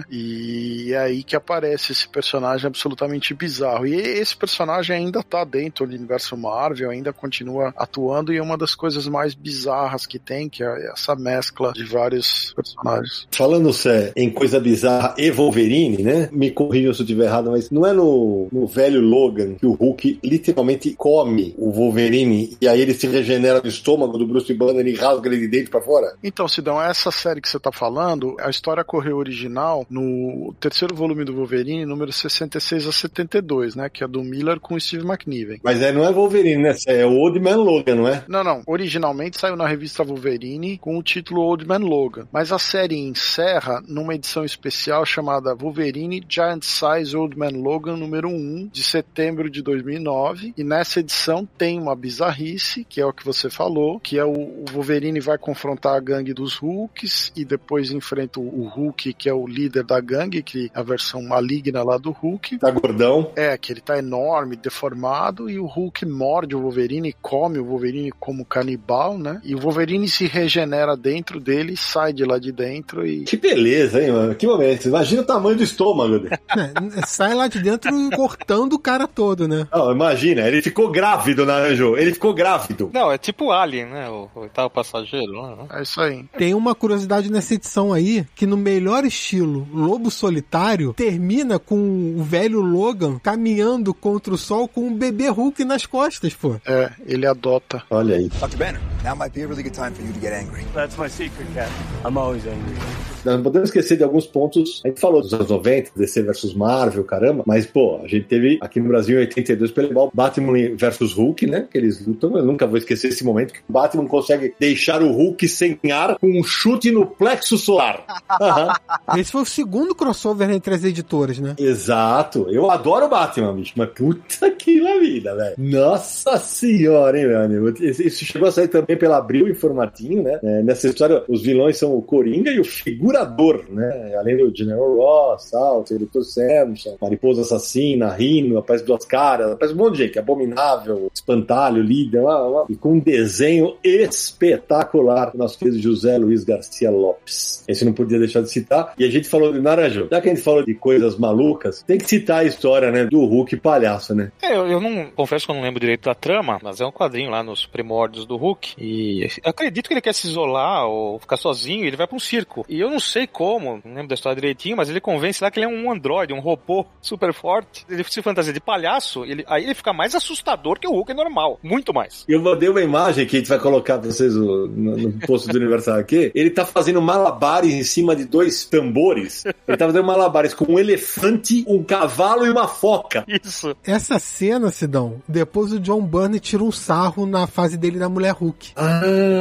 e é aí que aparece esse personagem absolutamente bizarro, e esse personagem ainda tá dentro do universo Marvel, ainda continua atuando, e é uma das coisas mais bizarras que tem, que é essa mescla de vários personagens. Falando em coisa bizarra e Wolverine, né, me corrija se eu estiver errado, mas não é no velho Logan que o Hulk literalmente come o Wolverine e aí ele se regenera no estômago do Bruce Banner e rasga ele de dentro pra fora? Então, Sidão, essa série que você tá falando, a história correu original no terceiro volume do Wolverine, número 66 a 72, né, que é do Miller com o Steve McNiven. Mas não é Wolverine, né? É o Old Man Logan, não é? Não. Originalmente saiu na revista Wolverine com o título Old Man Logan. Mas a série encerra numa edição especial chamada Wolverine Giant Size Old Man Logan número 1, de setembro de 2009. E nessa edição tem uma bizarrice, que é o que você falou, que é o Wolverine vai confrontar a gangue dos Hulks e depois enfrenta o Hulk, que é o líder da gangue, que é a versão maligna lá do Hulk. Tá gordão. É, que ele tá enorme, deformado, e o Hulk morde o Wolverine, come o Wolverine como canibal, né? E o Wolverine se regenera dentro dele, sai de lá de dentro e... Que beleza, hein, mano? Que momento. Imagina o tamanho do estômago dele. Sai lá de dentro cortando o cara todo, né? Não, imagina, ele ficou grávido, Naranjo. Ele ficou grávido. Não, é tipo Alien, né? O oitavo passageiro. Né? É isso aí. Tem uma curiosidade nessa edição aí, que no melhor estilo Lobo Solitário, termina com o velho Logan caminhando contra o sol com um bebê Hulk nas costas, pô. É, ele adota. Olha aí. Dr. Banner, now might be a really good time for you to get angry. That's my secret, Captain. I'm always angry. Nós não podemos esquecer de alguns pontos. A gente falou dos anos 90, DC versus Marvel, caramba, mas, pô, a gente teve aqui no Brasil em 82 pelo Batman versus Hulk, né? Que eles lutam. Eu nunca vou esquecer esse momento que o Batman consegue deixar o Hulk sem ar com um chute no plexo solar. Uhum. Esse foi o segundo crossover entre as editoras, né? Exato. Eu adoro o Batman, bicho, mas puta que la vida, velho. Nossa senhora, hein, meu amigo. Isso chegou a sair também pela Abril em formatinho, né? Nessa história, os vilões são o Coringa e o Figurador, né? Além do General Ross, o Dr. Samson, Mariposa Assassina, Rhino, aparece Duas Caras, aparece um monte de gente, Abominável, Espantalho, Líder, e com um desenho espetacular que nós fez José Luiz Garcia Lopes. Esse não podia deixar de citar. E a gente falou de Naranjo. Já que a gente falou de coisas malucas, tem que citar a história, né, do Hulk palhaço, né? Eu não, confesso que eu não lembro direito da trama, mas é um quadrinho lá nos primórdios do Hulk, e eu acredito que ele quer se isolar ou ficar sozinho, e ele vai pra um circo. E eu não sei como, não lembro da história direitinho, mas ele convence lá que ele é um androide, um robô super forte. Ele se fantasia de palhaço, aí ele fica mais assustador que o Hulk normal, muito mais. Eu mandei uma imagem que a gente vai colocar pra vocês no post do Universal aqui. Ele tá fazendo malabares em cima de dois tambores. Ele tá fazendo malabares com um elefante, um cavalo e uma foca. Isso. Essa cena, Sidão, depois o John Byrne tira um sarro na fase dele da Mulher Hulk. Ah,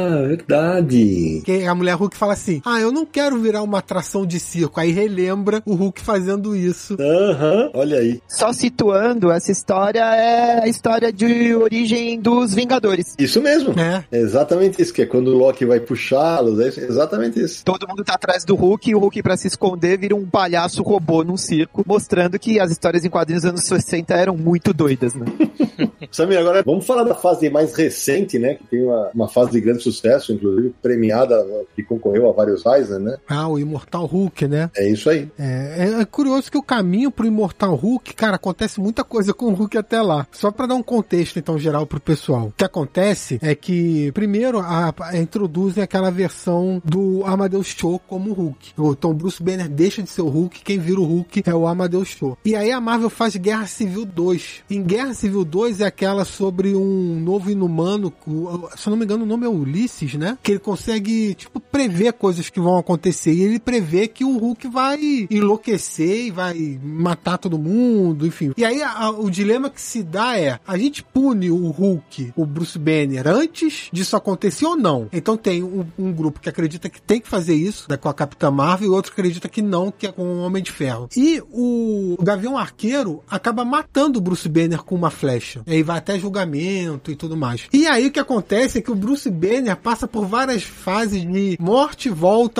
verdade. Que a Mulher Hulk fala assim, eu não quero virar uma atração de circo. Aí relembra o Hulk fazendo isso. Aham, olha aí. Só situando, essa história é a história de origem dos Vingadores. Isso mesmo. É exatamente isso, que é quando o Loki vai puxá-los, é exatamente isso. Todo mundo tá atrás do Hulk e o Hulk, pra se esconder, vira um palhaço robô num circo, mostrando que as histórias em quadrinhos dos anos 60 eram muito doidas, né? Samir, agora vamos falar da fase mais recente, né, que tem uma uma fase de grande sucesso, inclusive premiada, que concorreu a vários Eisner, né? O Imortal Hulk, né? É isso aí. É curioso que o caminho pro Imortal Hulk, cara, acontece muita coisa com o Hulk até lá. Só pra dar um contexto, então, geral pro pessoal. O que acontece é que, primeiro, introduzem aquela versão do Amadeus Cho como Hulk. Então, Bruce Banner deixa de ser o Hulk, quem vira o Hulk é o Amadeus Cho. E aí a Marvel faz Guerra Civil 2. Em Guerra Civil 2 é aquela sobre um novo inumano, se eu não me engano o nome é Ulysses, né? Que ele consegue, prever coisas que vão acontecer. E ele prevê que o Hulk vai enlouquecer e vai matar todo mundo, enfim. E aí o dilema que se dá é, a gente pune o Hulk, o Bruce Banner, antes disso acontecer ou não? Então tem um grupo que acredita que tem que fazer isso, né, com a Capitã Marvel, e outro que acredita que não, que é com o Homem de Ferro. E o Gavião Arqueiro acaba matando o Bruce Banner com uma flecha. E aí vai até julgamento e tudo mais. E aí o que acontece é que o Bruce Banner passa por várias fases de morte e volta,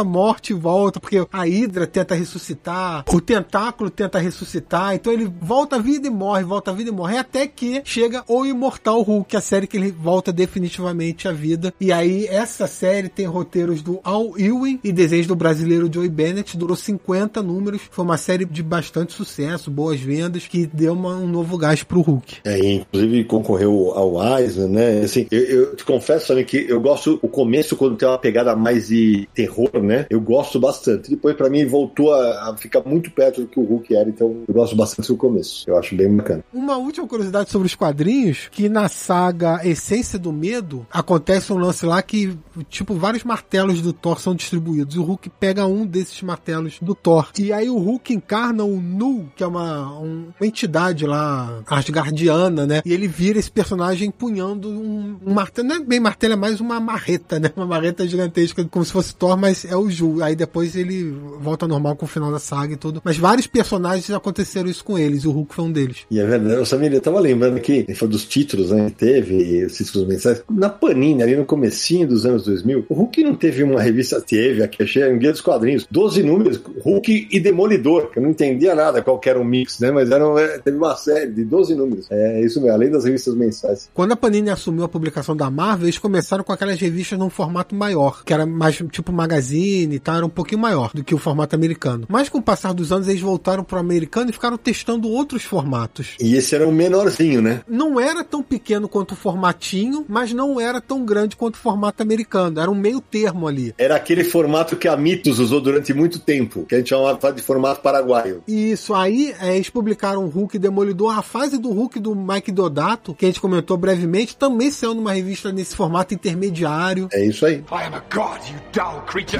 porque a Hydra tenta ressuscitar, o Tentáculo tenta ressuscitar, então ele volta à vida e morre, até que chega o Imortal Hulk, a série que ele volta definitivamente à vida. E aí essa série tem roteiros do Al Ewing e desenhos do brasileiro Joey Bennett, durou 50 números, foi uma série de bastante sucesso, boas vendas, que deu um novo gás pro Hulk. Inclusive concorreu ao Eisner, né? Assim, eu te confesso também que eu gosto, o começo, quando tem uma pegada mais de terror, né? Eu gosto bastante. Depois, pra mim, voltou a ficar muito perto do que o Hulk era, então eu gosto bastante do começo. Eu acho bem bacana. Uma última curiosidade sobre os quadrinhos, que na saga Essência do Medo, acontece um lance lá que, vários martelos do Thor são distribuídos, e o Hulk pega um desses martelos do Thor. E aí o Hulk encarna o Nu, que é uma entidade lá, asgardiana, né? E ele vira esse personagem empunhando um martelo, não é bem martelo, é mais uma marreta, né? Uma marreta gigantesca, como se fosse Thor, mas é o Ju. Aí depois ele volta ao normal com o final da saga e tudo. Mas vários personagens aconteceram isso com eles, e o Hulk foi um deles. E é verdade, eu tava lembrando aqui, foi dos títulos, né? Teve os títulos mensais. Na Panini, ali no comecinho dos anos 2000, o Hulk não teve uma revista, aqui achei um guia dos quadrinhos, 12 números, Hulk e Demolidor, que eu não entendia nada qual que era o mix, né? Mas teve uma série de 12 números. É isso mesmo, além das revistas mensais. Quando a Panini assumiu a publicação da Marvel, eles começaram com aquelas revistas num formato maior, que era mais tipo magazine e tal, era um pouquinho maior do que o formato americano. Mas com o passar dos anos, eles voltaram pro americano e ficaram testando outros formatos. E esse era um menorzinho, né? Não era tão pequeno quanto o formatinho, mas não era tão grande quanto o formato americano. Era um meio termo ali. Era aquele formato que a Mitos usou durante muito tempo, que a gente chamava de formato paraguaio. Isso, aí eles publicaram o Hulk Demolidor. A fase do Hulk do Mike Deodato, que a gente comentou brevemente, também saiu numa revista nesse formato intermediário. É isso aí. I am a god, you dull creature.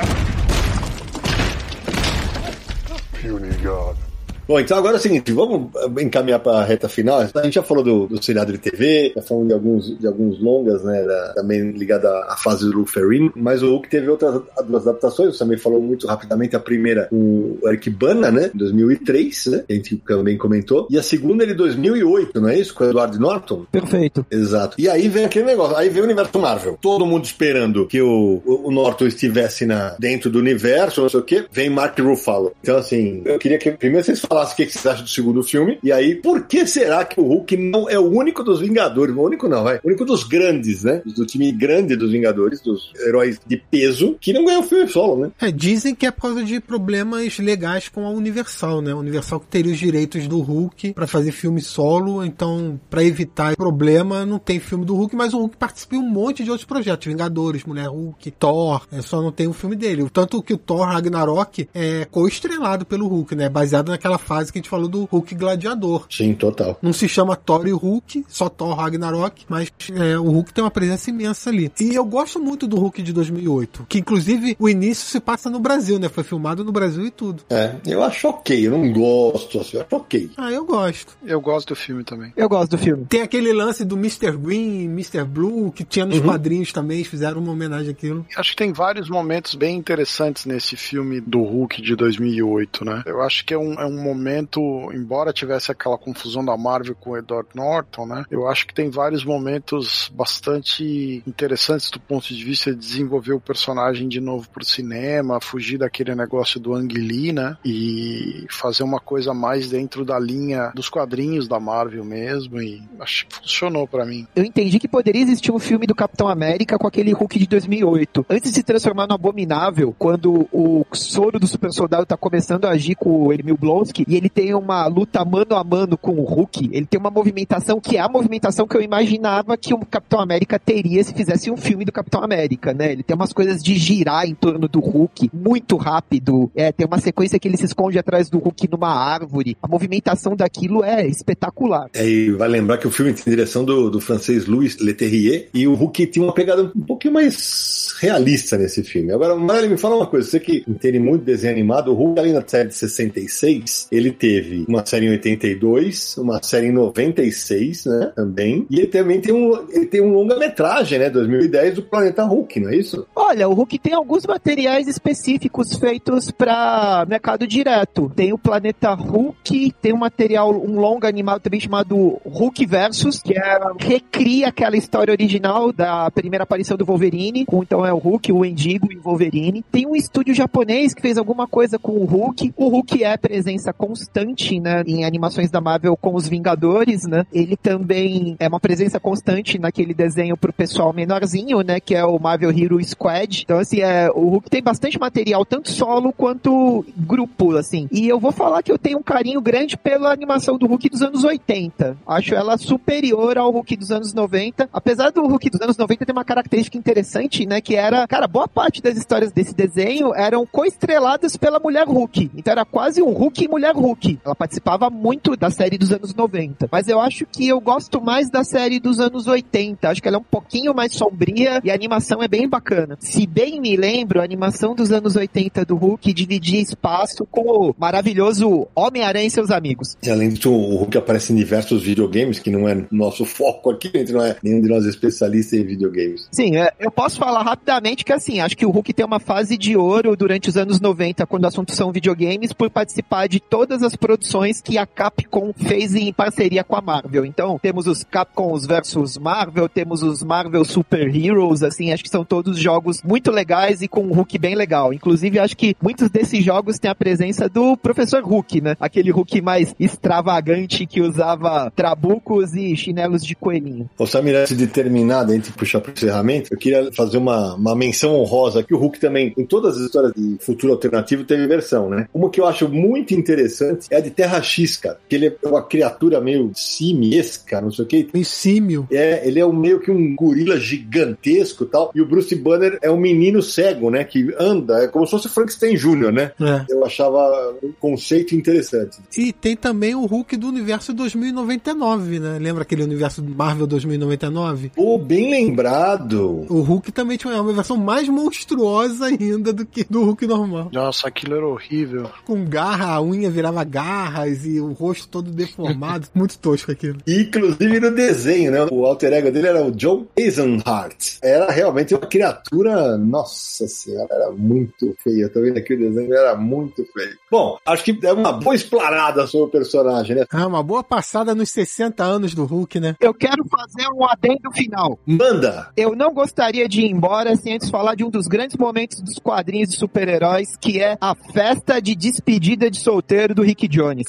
Puny god. Bom, então agora é o seguinte, vamos encaminhar para a reta final. A gente já falou do seriado de TV, já falamos de alguns longas, né, também ligada à fase do Lou Ferrigno, mas o Hulk teve outras duas adaptações, você também falou muito rapidamente, a primeira com o Eric Bana, né, em 2003, né, que a gente também comentou, e a segunda ele em 2008, não é isso? Com o Edward Norton? Perfeito. Exato. E aí vem aquele negócio, aí vem o universo Marvel, todo mundo esperando que o Norton estivesse dentro do universo, não sei o quê, vem Mark Ruffalo. Então assim, eu queria que primeiro vocês falasse o que vocês acham do segundo filme, e aí, por que será que o Hulk não é o único dos Vingadores? O único não, vai. O único dos grandes, né? Do time grande dos Vingadores, dos heróis de peso, que não ganhou o filme solo, né? Dizem que é por causa de problemas legais com a Universal, né? A Universal que teria os direitos do Hulk pra fazer filme solo, então, pra evitar problema, não tem filme do Hulk, mas o Hulk participa em um monte de outros projetos, Vingadores, Mulher Hulk, Thor, só não tem o filme dele. Tanto que o Thor Ragnarok é co-estrelado pelo Hulk, né? Baseado naquela fase que a gente falou do Hulk Gladiador. Sim, total. Não se chama Thor e Hulk, só Thor Ragnarok, mas o Hulk tem uma presença imensa ali. E eu gosto muito do Hulk de 2008, que inclusive o início se passa no Brasil, né? Foi filmado no Brasil e tudo. Eu acho ok, eu não gosto, assim, eu acho ok. Eu gosto. Eu gosto do filme também. Eu gosto do filme. Tem aquele lance do Mr. Green e Mr. Blue, que tinha nos quadrinhos também, eles fizeram uma homenagem àquilo. Acho que tem vários momentos bem interessantes nesse filme do Hulk de 2008, né? Eu acho que é um momento momento, embora tivesse aquela confusão da Marvel com o Edward Norton, né? Eu acho que tem vários momentos bastante interessantes do ponto de vista de desenvolver o personagem de novo pro cinema, fugir daquele negócio do Ang Lee, né? E fazer uma coisa mais dentro da linha dos quadrinhos da Marvel mesmo, e acho que funcionou pra mim. Eu entendi que poderia existir um filme do Capitão América com aquele Hulk de 2008. Antes de se transformar no Abominável, quando o soro do super soldado tá começando a agir com o Emil Blonsky, e ele tem uma luta mano a mano com o Hulk, ele tem uma movimentação que é a movimentação que eu imaginava que o Capitão América teria se fizesse um filme do Capitão América, né? Ele tem umas coisas de girar em torno do Hulk muito rápido, tem uma sequência que ele se esconde atrás do Hulk numa árvore. A movimentação daquilo é espetacular. E vai lembrar que o filme tem direção do francês Louis Leterrier, e o Hulk tinha uma pegada um pouquinho mais realista nesse filme. Agora, Marley, me fala uma coisa, você que entende muito desenho animado, o Hulk ali na série de 66, ele teve uma série em 82, uma série em 96, né, também, e ele também tem um longa-metragem, né, 2010, do Planeta Hulk, não é isso? Olha, o Hulk tem alguns materiais específicos feitos para mercado direto. Tem o Planeta Hulk, tem um longa animado também chamado Hulk Versus, que recria aquela história original da primeira aparição do Wolverine, então é o Hulk, o Wendigo e o Wolverine. Tem um estúdio japonês que fez alguma coisa com o Hulk. O Hulk é presença constante, né, em animações da Marvel com os Vingadores, né? Ele também é uma presença constante naquele desenho pro pessoal menorzinho, né, que é o Marvel Hero Squad. Então, assim, o Hulk tem bastante material, tanto solo quanto grupo, assim. E eu vou falar que eu tenho um carinho grande pela animação do Hulk dos anos 80. Acho ela superior ao Hulk dos anos 90. Apesar do Hulk dos anos 90 ter uma característica interessante, né, que era, cara, boa parte das histórias desse desenho eram coestreladas pela Mulher Hulk. Então era quase um Hulk e Mulher Hulk. Ela participava muito da série dos anos 90. Mas eu acho que eu gosto mais da série dos anos 80. Acho que ela é um pouquinho mais sombria e a animação é bem bacana. Se bem me lembro, a animação dos anos 80 do Hulk dividia espaço com o maravilhoso Homem-Aranha e seus amigos. E além disso, o Hulk aparece em diversos videogames, que não é nosso foco aqui, a gente não é nenhum de nós especialistas em videogames. Sim, eu posso falar rapidamente que, assim, acho que o Hulk tem uma fase de ouro durante os anos 90, quando o assunto são videogames, por participar de todas as produções que a Capcom fez em parceria com a Marvel. Então, temos os Capcoms versus Marvel, temos os Marvel Super Heroes, assim, acho que são todos jogos muito legais e com um Hulk bem legal. Inclusive, acho que muitos desses jogos têm a presença do Professor Hulk, né? Aquele Hulk mais extravagante que usava trabucos e chinelos de coelhinho. Ô Samir, antes de terminar, antes de puxar pro encerramento, eu queria fazer uma menção honrosa, que o Hulk também, em todas as histórias de futuro alternativo, teve versão, né? Uma que eu acho muito interessante é a de Terra X, cara, que ele é uma criatura meio simiesca, não sei o que. Meio símio. Ele é meio que um gorila gigantesco e tal, e o Bruce Banner é um menino cego, né, que anda, é como se fosse o Frankenstein Jr., né? Eu achava um conceito interessante. E tem também o Hulk do universo 2099, né? Lembra aquele universo Marvel 2099? Pô, bem lembrado. O Hulk também tinha uma versão mais monstruosa ainda do que do Hulk normal. Nossa, aquilo era horrível. Com garra, a unha virava garras e o rosto todo deformado. Muito tosco aquilo. Inclusive no desenho, né? O alter ego dele era o John Eisenhart. Era realmente uma criatura, nossa senhora, era muito feio. Eu tô vendo aqui o desenho, era muito feio. Bom, acho que é uma boa explanada sobre o personagem, né? Uma boa passada nos 60 anos do Hulk, né? Eu quero fazer um adendo final. Manda! Eu não gostaria de ir embora sem antes falar de um dos grandes momentos dos quadrinhos de super-heróis, que é a festa de despedida de solteiro do Rick Jones.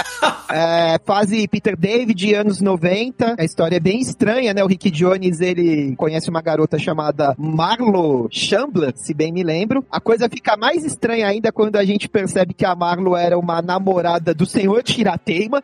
Fase Peter David, anos 90. A história é bem estranha, né? O Rick Jones, ele conhece uma garota chamada Marlo Chandler, se bem me lembro. A coisa fica mais estranha ainda quando a gente percebe que a Marlo era uma namorada do senhor Tirateima.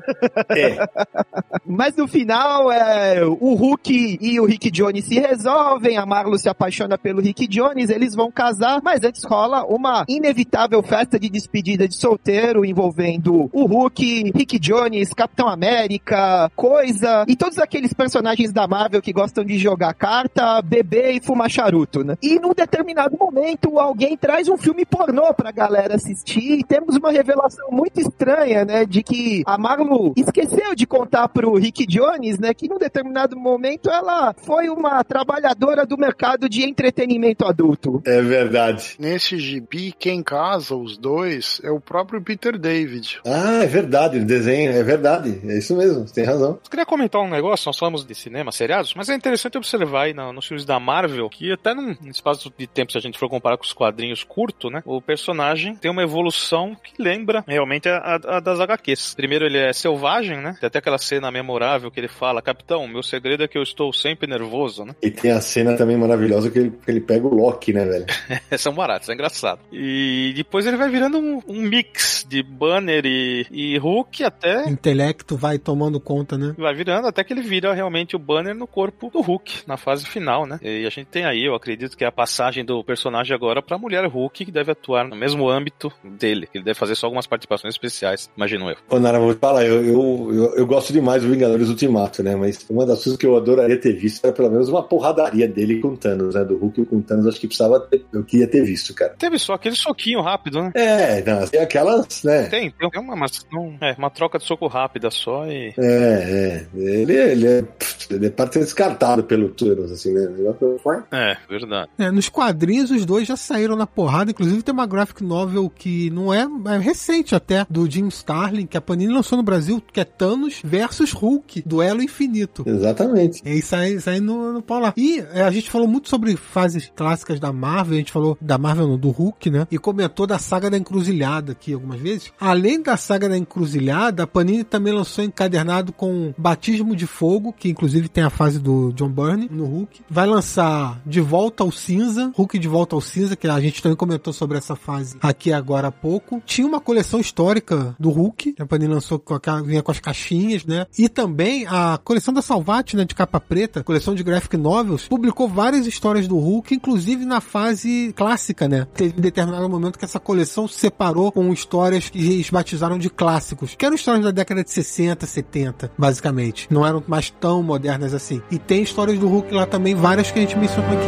Mas no final, o Hulk e o Rick Jones se resolvem, a Marlo se apaixona pelo Rick Jones, eles vão casar, mas antes rola uma inevitável festa de despedida de solteiro envolvendo o Hulk, Rick Jones, Capitão América, Coisa e todos aqueles personagens da Marvel que gostam de jogar carta, beber e fumar charuto, né? E num determinado momento, alguém traz um filme pornô pra galera assistir e temos uma revelação muito estranha, né? De que a Marlo esqueceu de contar pro Rick Jones, né? Que num determinado momento ela foi uma trabalhadora do mercado de entretenimento adulto. É verdade. Nesse gibi, quem casa os dois é o próprio Peter Peter David. Ah, é verdade, o desenho, é verdade. É isso mesmo, você tem razão. Eu queria comentar um negócio, nós falamos de cinema, seriados, mas é interessante observar aí nos filmes da Marvel, que até num espaço de tempo, se a gente for comparar com os quadrinhos curtos, né, o personagem tem uma evolução que lembra realmente a das HQs. Primeiro ele é selvagem, né, tem até aquela cena memorável que ele fala, capitão, meu segredo é que eu estou sempre nervoso, né. E tem a cena também maravilhosa que ele pega o Loki, né, velho? São baratos, é engraçado. E depois ele vai virando um mix de Banner e Hulk até... Intelecto vai tomando conta, né? Vai virando até que ele vira realmente o Banner no corpo do Hulk, na fase final, né? E a gente tem aí, eu acredito que é a passagem do personagem agora pra mulher Hulk, que deve atuar no mesmo âmbito dele, que ele deve fazer só algumas participações especiais, imagino eu. Ô, Nara, vou te falar, eu gosto demais do Vingadores Ultimato, né? Mas uma das coisas que eu adoraria ter visto era pelo menos uma porradaria dele com Thanos, né? Do Hulk com Thanos, acho que eu queria ter visto, cara. Teve só aquele soquinho rápido, né? Não, tem aquelas, né? Tem uma troca de soco rápida só e... Ele é parte descartado pelo Thanos, assim, né? É, verdade. Nos quadrinhos os dois já saíram na porrada, inclusive tem uma graphic novel que não é recente até, do Jim Starlin, que a Panini lançou no Brasil, que é Thanos versus Hulk, duelo infinito. Exatamente. E aí sai no pau lá. E a gente falou muito sobre fases clássicas da Marvel, a gente falou da Marvel não, do Hulk, né? E comentou da saga da Encruzilhada aqui algumas vezes. Além da saga da Encruzilhada, a Panini também lançou encadernado com Batismo de Fogo, que inclusive tem a fase do John Byrne no Hulk. Vai lançar De Volta ao Cinza, Hulk de Volta ao Cinza, que a gente também comentou sobre essa fase aqui agora há pouco. Tinha uma coleção histórica do Hulk, que a Panini lançou vinha com as caixinhas, né? E também a coleção da Salvat, né, de capa preta, coleção de graphic novels, publicou várias histórias do Hulk, inclusive na fase clássica, né? Teve um determinado momento que essa coleção se separou com histórias que eles batizaram de clássicos, que eram histórias da década de 60, 70, basicamente. Não eram mais tão modernas assim. E tem histórias do Hulk lá também, várias que a gente mencionou aqui.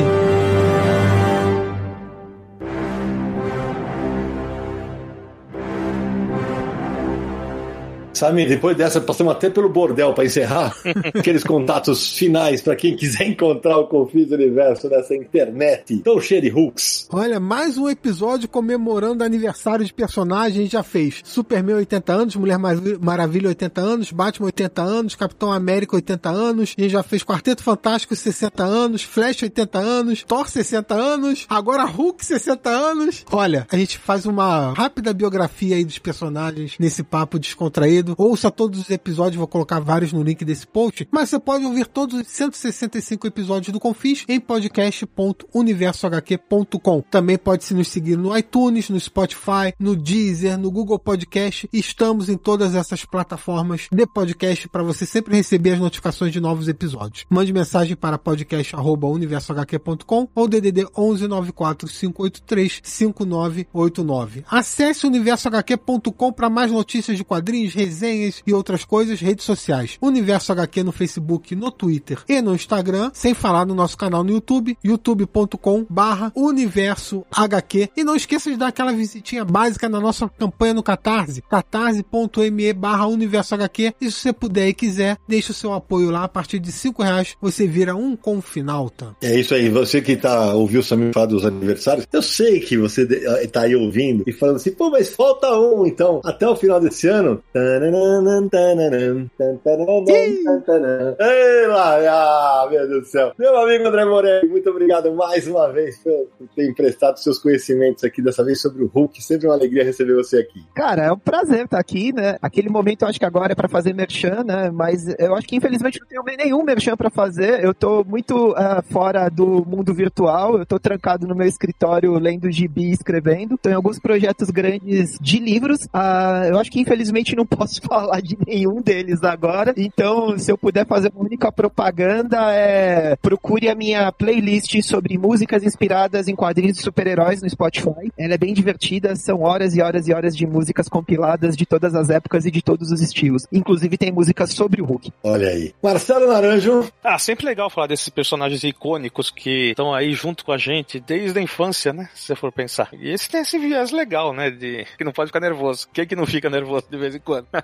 Samir, depois dessa, passamos até pelo bordel para encerrar aqueles contatos finais para quem quiser encontrar o Confins do Universo nessa internet tão cheia de Hulks. Olha, mais um episódio comemorando aniversário de personagem. A gente já fez Superman 80 anos, Mulher Maravilha 80 anos, Batman 80 anos, Capitão América 80 anos, a gente já fez Quarteto Fantástico 60 anos, Flash 80 anos, Thor 60 anos, agora Hulk 60 anos. Olha, a gente faz uma rápida biografia aí dos personagens nesse papo descontraído. Ouça todos os episódios, vou colocar vários no link desse post, mas você pode ouvir todos os 165 episódios do Confins em podcast.universohq.com. Também pode nos seguir no iTunes, no Spotify, no Deezer, no Google Podcast. Estamos em todas essas plataformas de podcast para você sempre receber as notificações de novos episódios. Mande mensagem para podcast@universohq.com ou DDD 11 94 583 5989. Acesse universohq.com para mais notícias de quadrinhos, resenhas e outras coisas, redes sociais. Universo HQ no Facebook, no Twitter e no Instagram, sem falar no nosso canal no YouTube, youtube.com/Universo HQ. E não esqueça de dar aquela visitinha básica na nossa campanha no Catarse, catarse.me/Universo HQ. E se você puder e quiser, deixe o seu apoio lá. A partir de R$5 você vira um Confinalta. É isso aí, você que ouviu o Samir falar dos aniversários, eu sei que você tá aí ouvindo e falando assim, pô, mas falta um, então, até o final desse ano. Ei lá, meu Deus do céu. Meu amigo André Morelli, muito obrigado mais uma vez por ter emprestado seus conhecimentos aqui, dessa vez sobre o Hulk. Sempre uma alegria receber você aqui. Cara, é um prazer estar aqui, né? Aquele momento eu acho que agora é pra fazer merchan, né? Mas eu acho que infelizmente não tenho nenhum merchan pra fazer. Eu tô muito fora do mundo virtual. Eu tô trancado no meu escritório lendo gibi e escrevendo. Tô em alguns projetos grandes de livros. Eu acho que infelizmente não posso falar de nenhum deles agora, então se eu puder fazer uma única propaganda, procure a minha playlist sobre músicas inspiradas em quadrinhos de super-heróis no Spotify. Ela é bem divertida, são horas e horas e horas de músicas compiladas de todas as épocas e de todos os estilos. Inclusive tem músicas sobre o Hulk. Olha aí. Marcelo Naranjo. Sempre legal falar desses personagens icônicos que estão aí junto com a gente desde a infância, né? Se você for pensar. E esse tem esse viés legal, né? Que não pode ficar nervoso. Quem que não fica nervoso de vez em quando?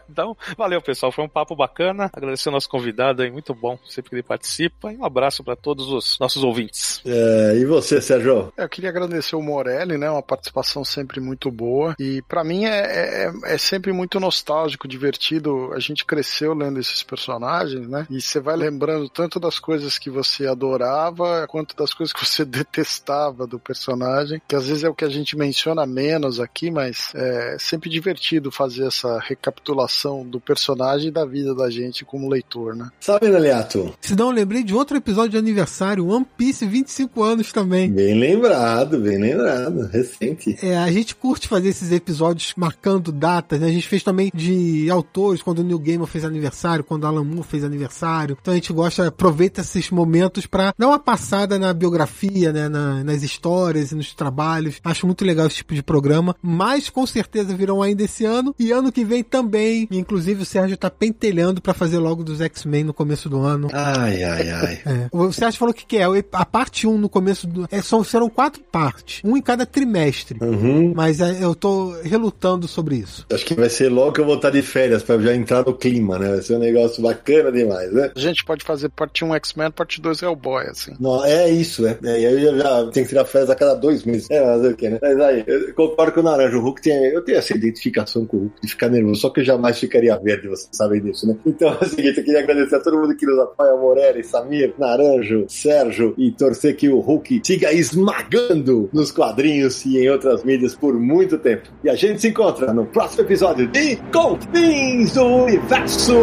Então, valeu, pessoal. Foi um papo bacana. Agradecer ao nosso convidado aí, muito bom, sempre que ele participa. E um abraço para todos os nossos ouvintes. E você, Sérgio? Eu queria agradecer o Morelli, né? Uma participação sempre muito boa. E pra mim é sempre muito nostálgico, divertido. A gente cresceu lendo esses personagens, né? E você vai lembrando tanto das coisas que você adorava, quanto das coisas que você detestava do personagem, que às vezes é o que a gente menciona menos aqui, mas é sempre divertido fazer essa recapitulação do personagem e da vida da gente como leitor, né? Sabe, Naliato? Senão eu lembrei de outro episódio de aniversário, One Piece 25 anos também. Bem lembrado, recente. A gente curte fazer esses episódios marcando datas, né? A gente fez também de autores, quando o Neil Gaiman fez aniversário, quando o Alan Moore fez aniversário. Então a gente aproveita esses momentos pra dar uma passada na biografia, né? Nas histórias e nos trabalhos. Acho muito legal esse tipo de programa, mas com certeza virão ainda esse ano, e ano que vem também. Inclusive o Sérgio tá pentelhando pra fazer logo dos X-Men no começo do ano. Ai. O Sérgio falou que quer a parte 1 no começo do... serão 4 partes, um em cada trimestre. Mas eu tô relutando sobre isso. Acho que vai ser logo que eu vou estar de férias pra já entrar no clima, né? Vai ser um negócio bacana demais, né? A gente pode fazer parte 1 X-Men, parte 2 Hellboy, assim. Não, é isso, E aí eu já tenho que tirar férias a cada 2 meses. Fazer o quê, né? Mas aí, eu concordo com o Naranja. O Hulk eu tenho essa identificação com o Hulk de ficar nervoso, só que eu jamais ficaria verde, vocês sabem disso, né? Então é o seguinte, eu queria agradecer a todo mundo que nos apoia, Morelli, Samir, Naranjo, Sérgio, e torcer que o Hulk siga esmagando nos quadrinhos e em outras mídias por muito tempo. E a gente se encontra no próximo episódio de Confins do Universo!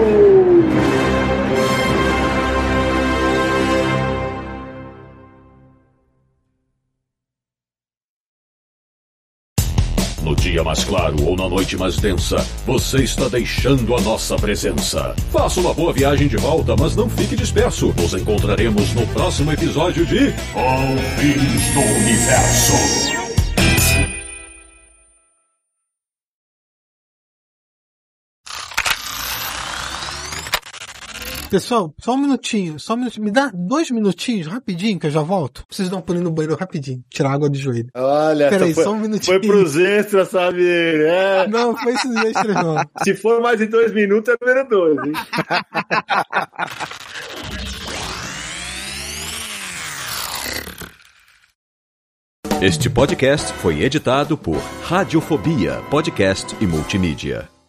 No dia mais claro ou na noite mais densa, você está deixando a nossa presença. Faça uma boa viagem de volta, mas não fique disperso. Nos encontraremos no próximo episódio de Confins do Universo. Pessoal, só um minutinho. Me dá 2 minutinhos, rapidinho, que eu já volto. Preciso dar um pulinho no banheiro rapidinho, tirar água do joelho. Olha, peraí, só um minutinho. Foi pros extras, sabe? Não, foi esses extras, não. Se for mais de 2 minutos, é número 2, hein? Este podcast foi editado por Radiofobia, podcast e multimídia.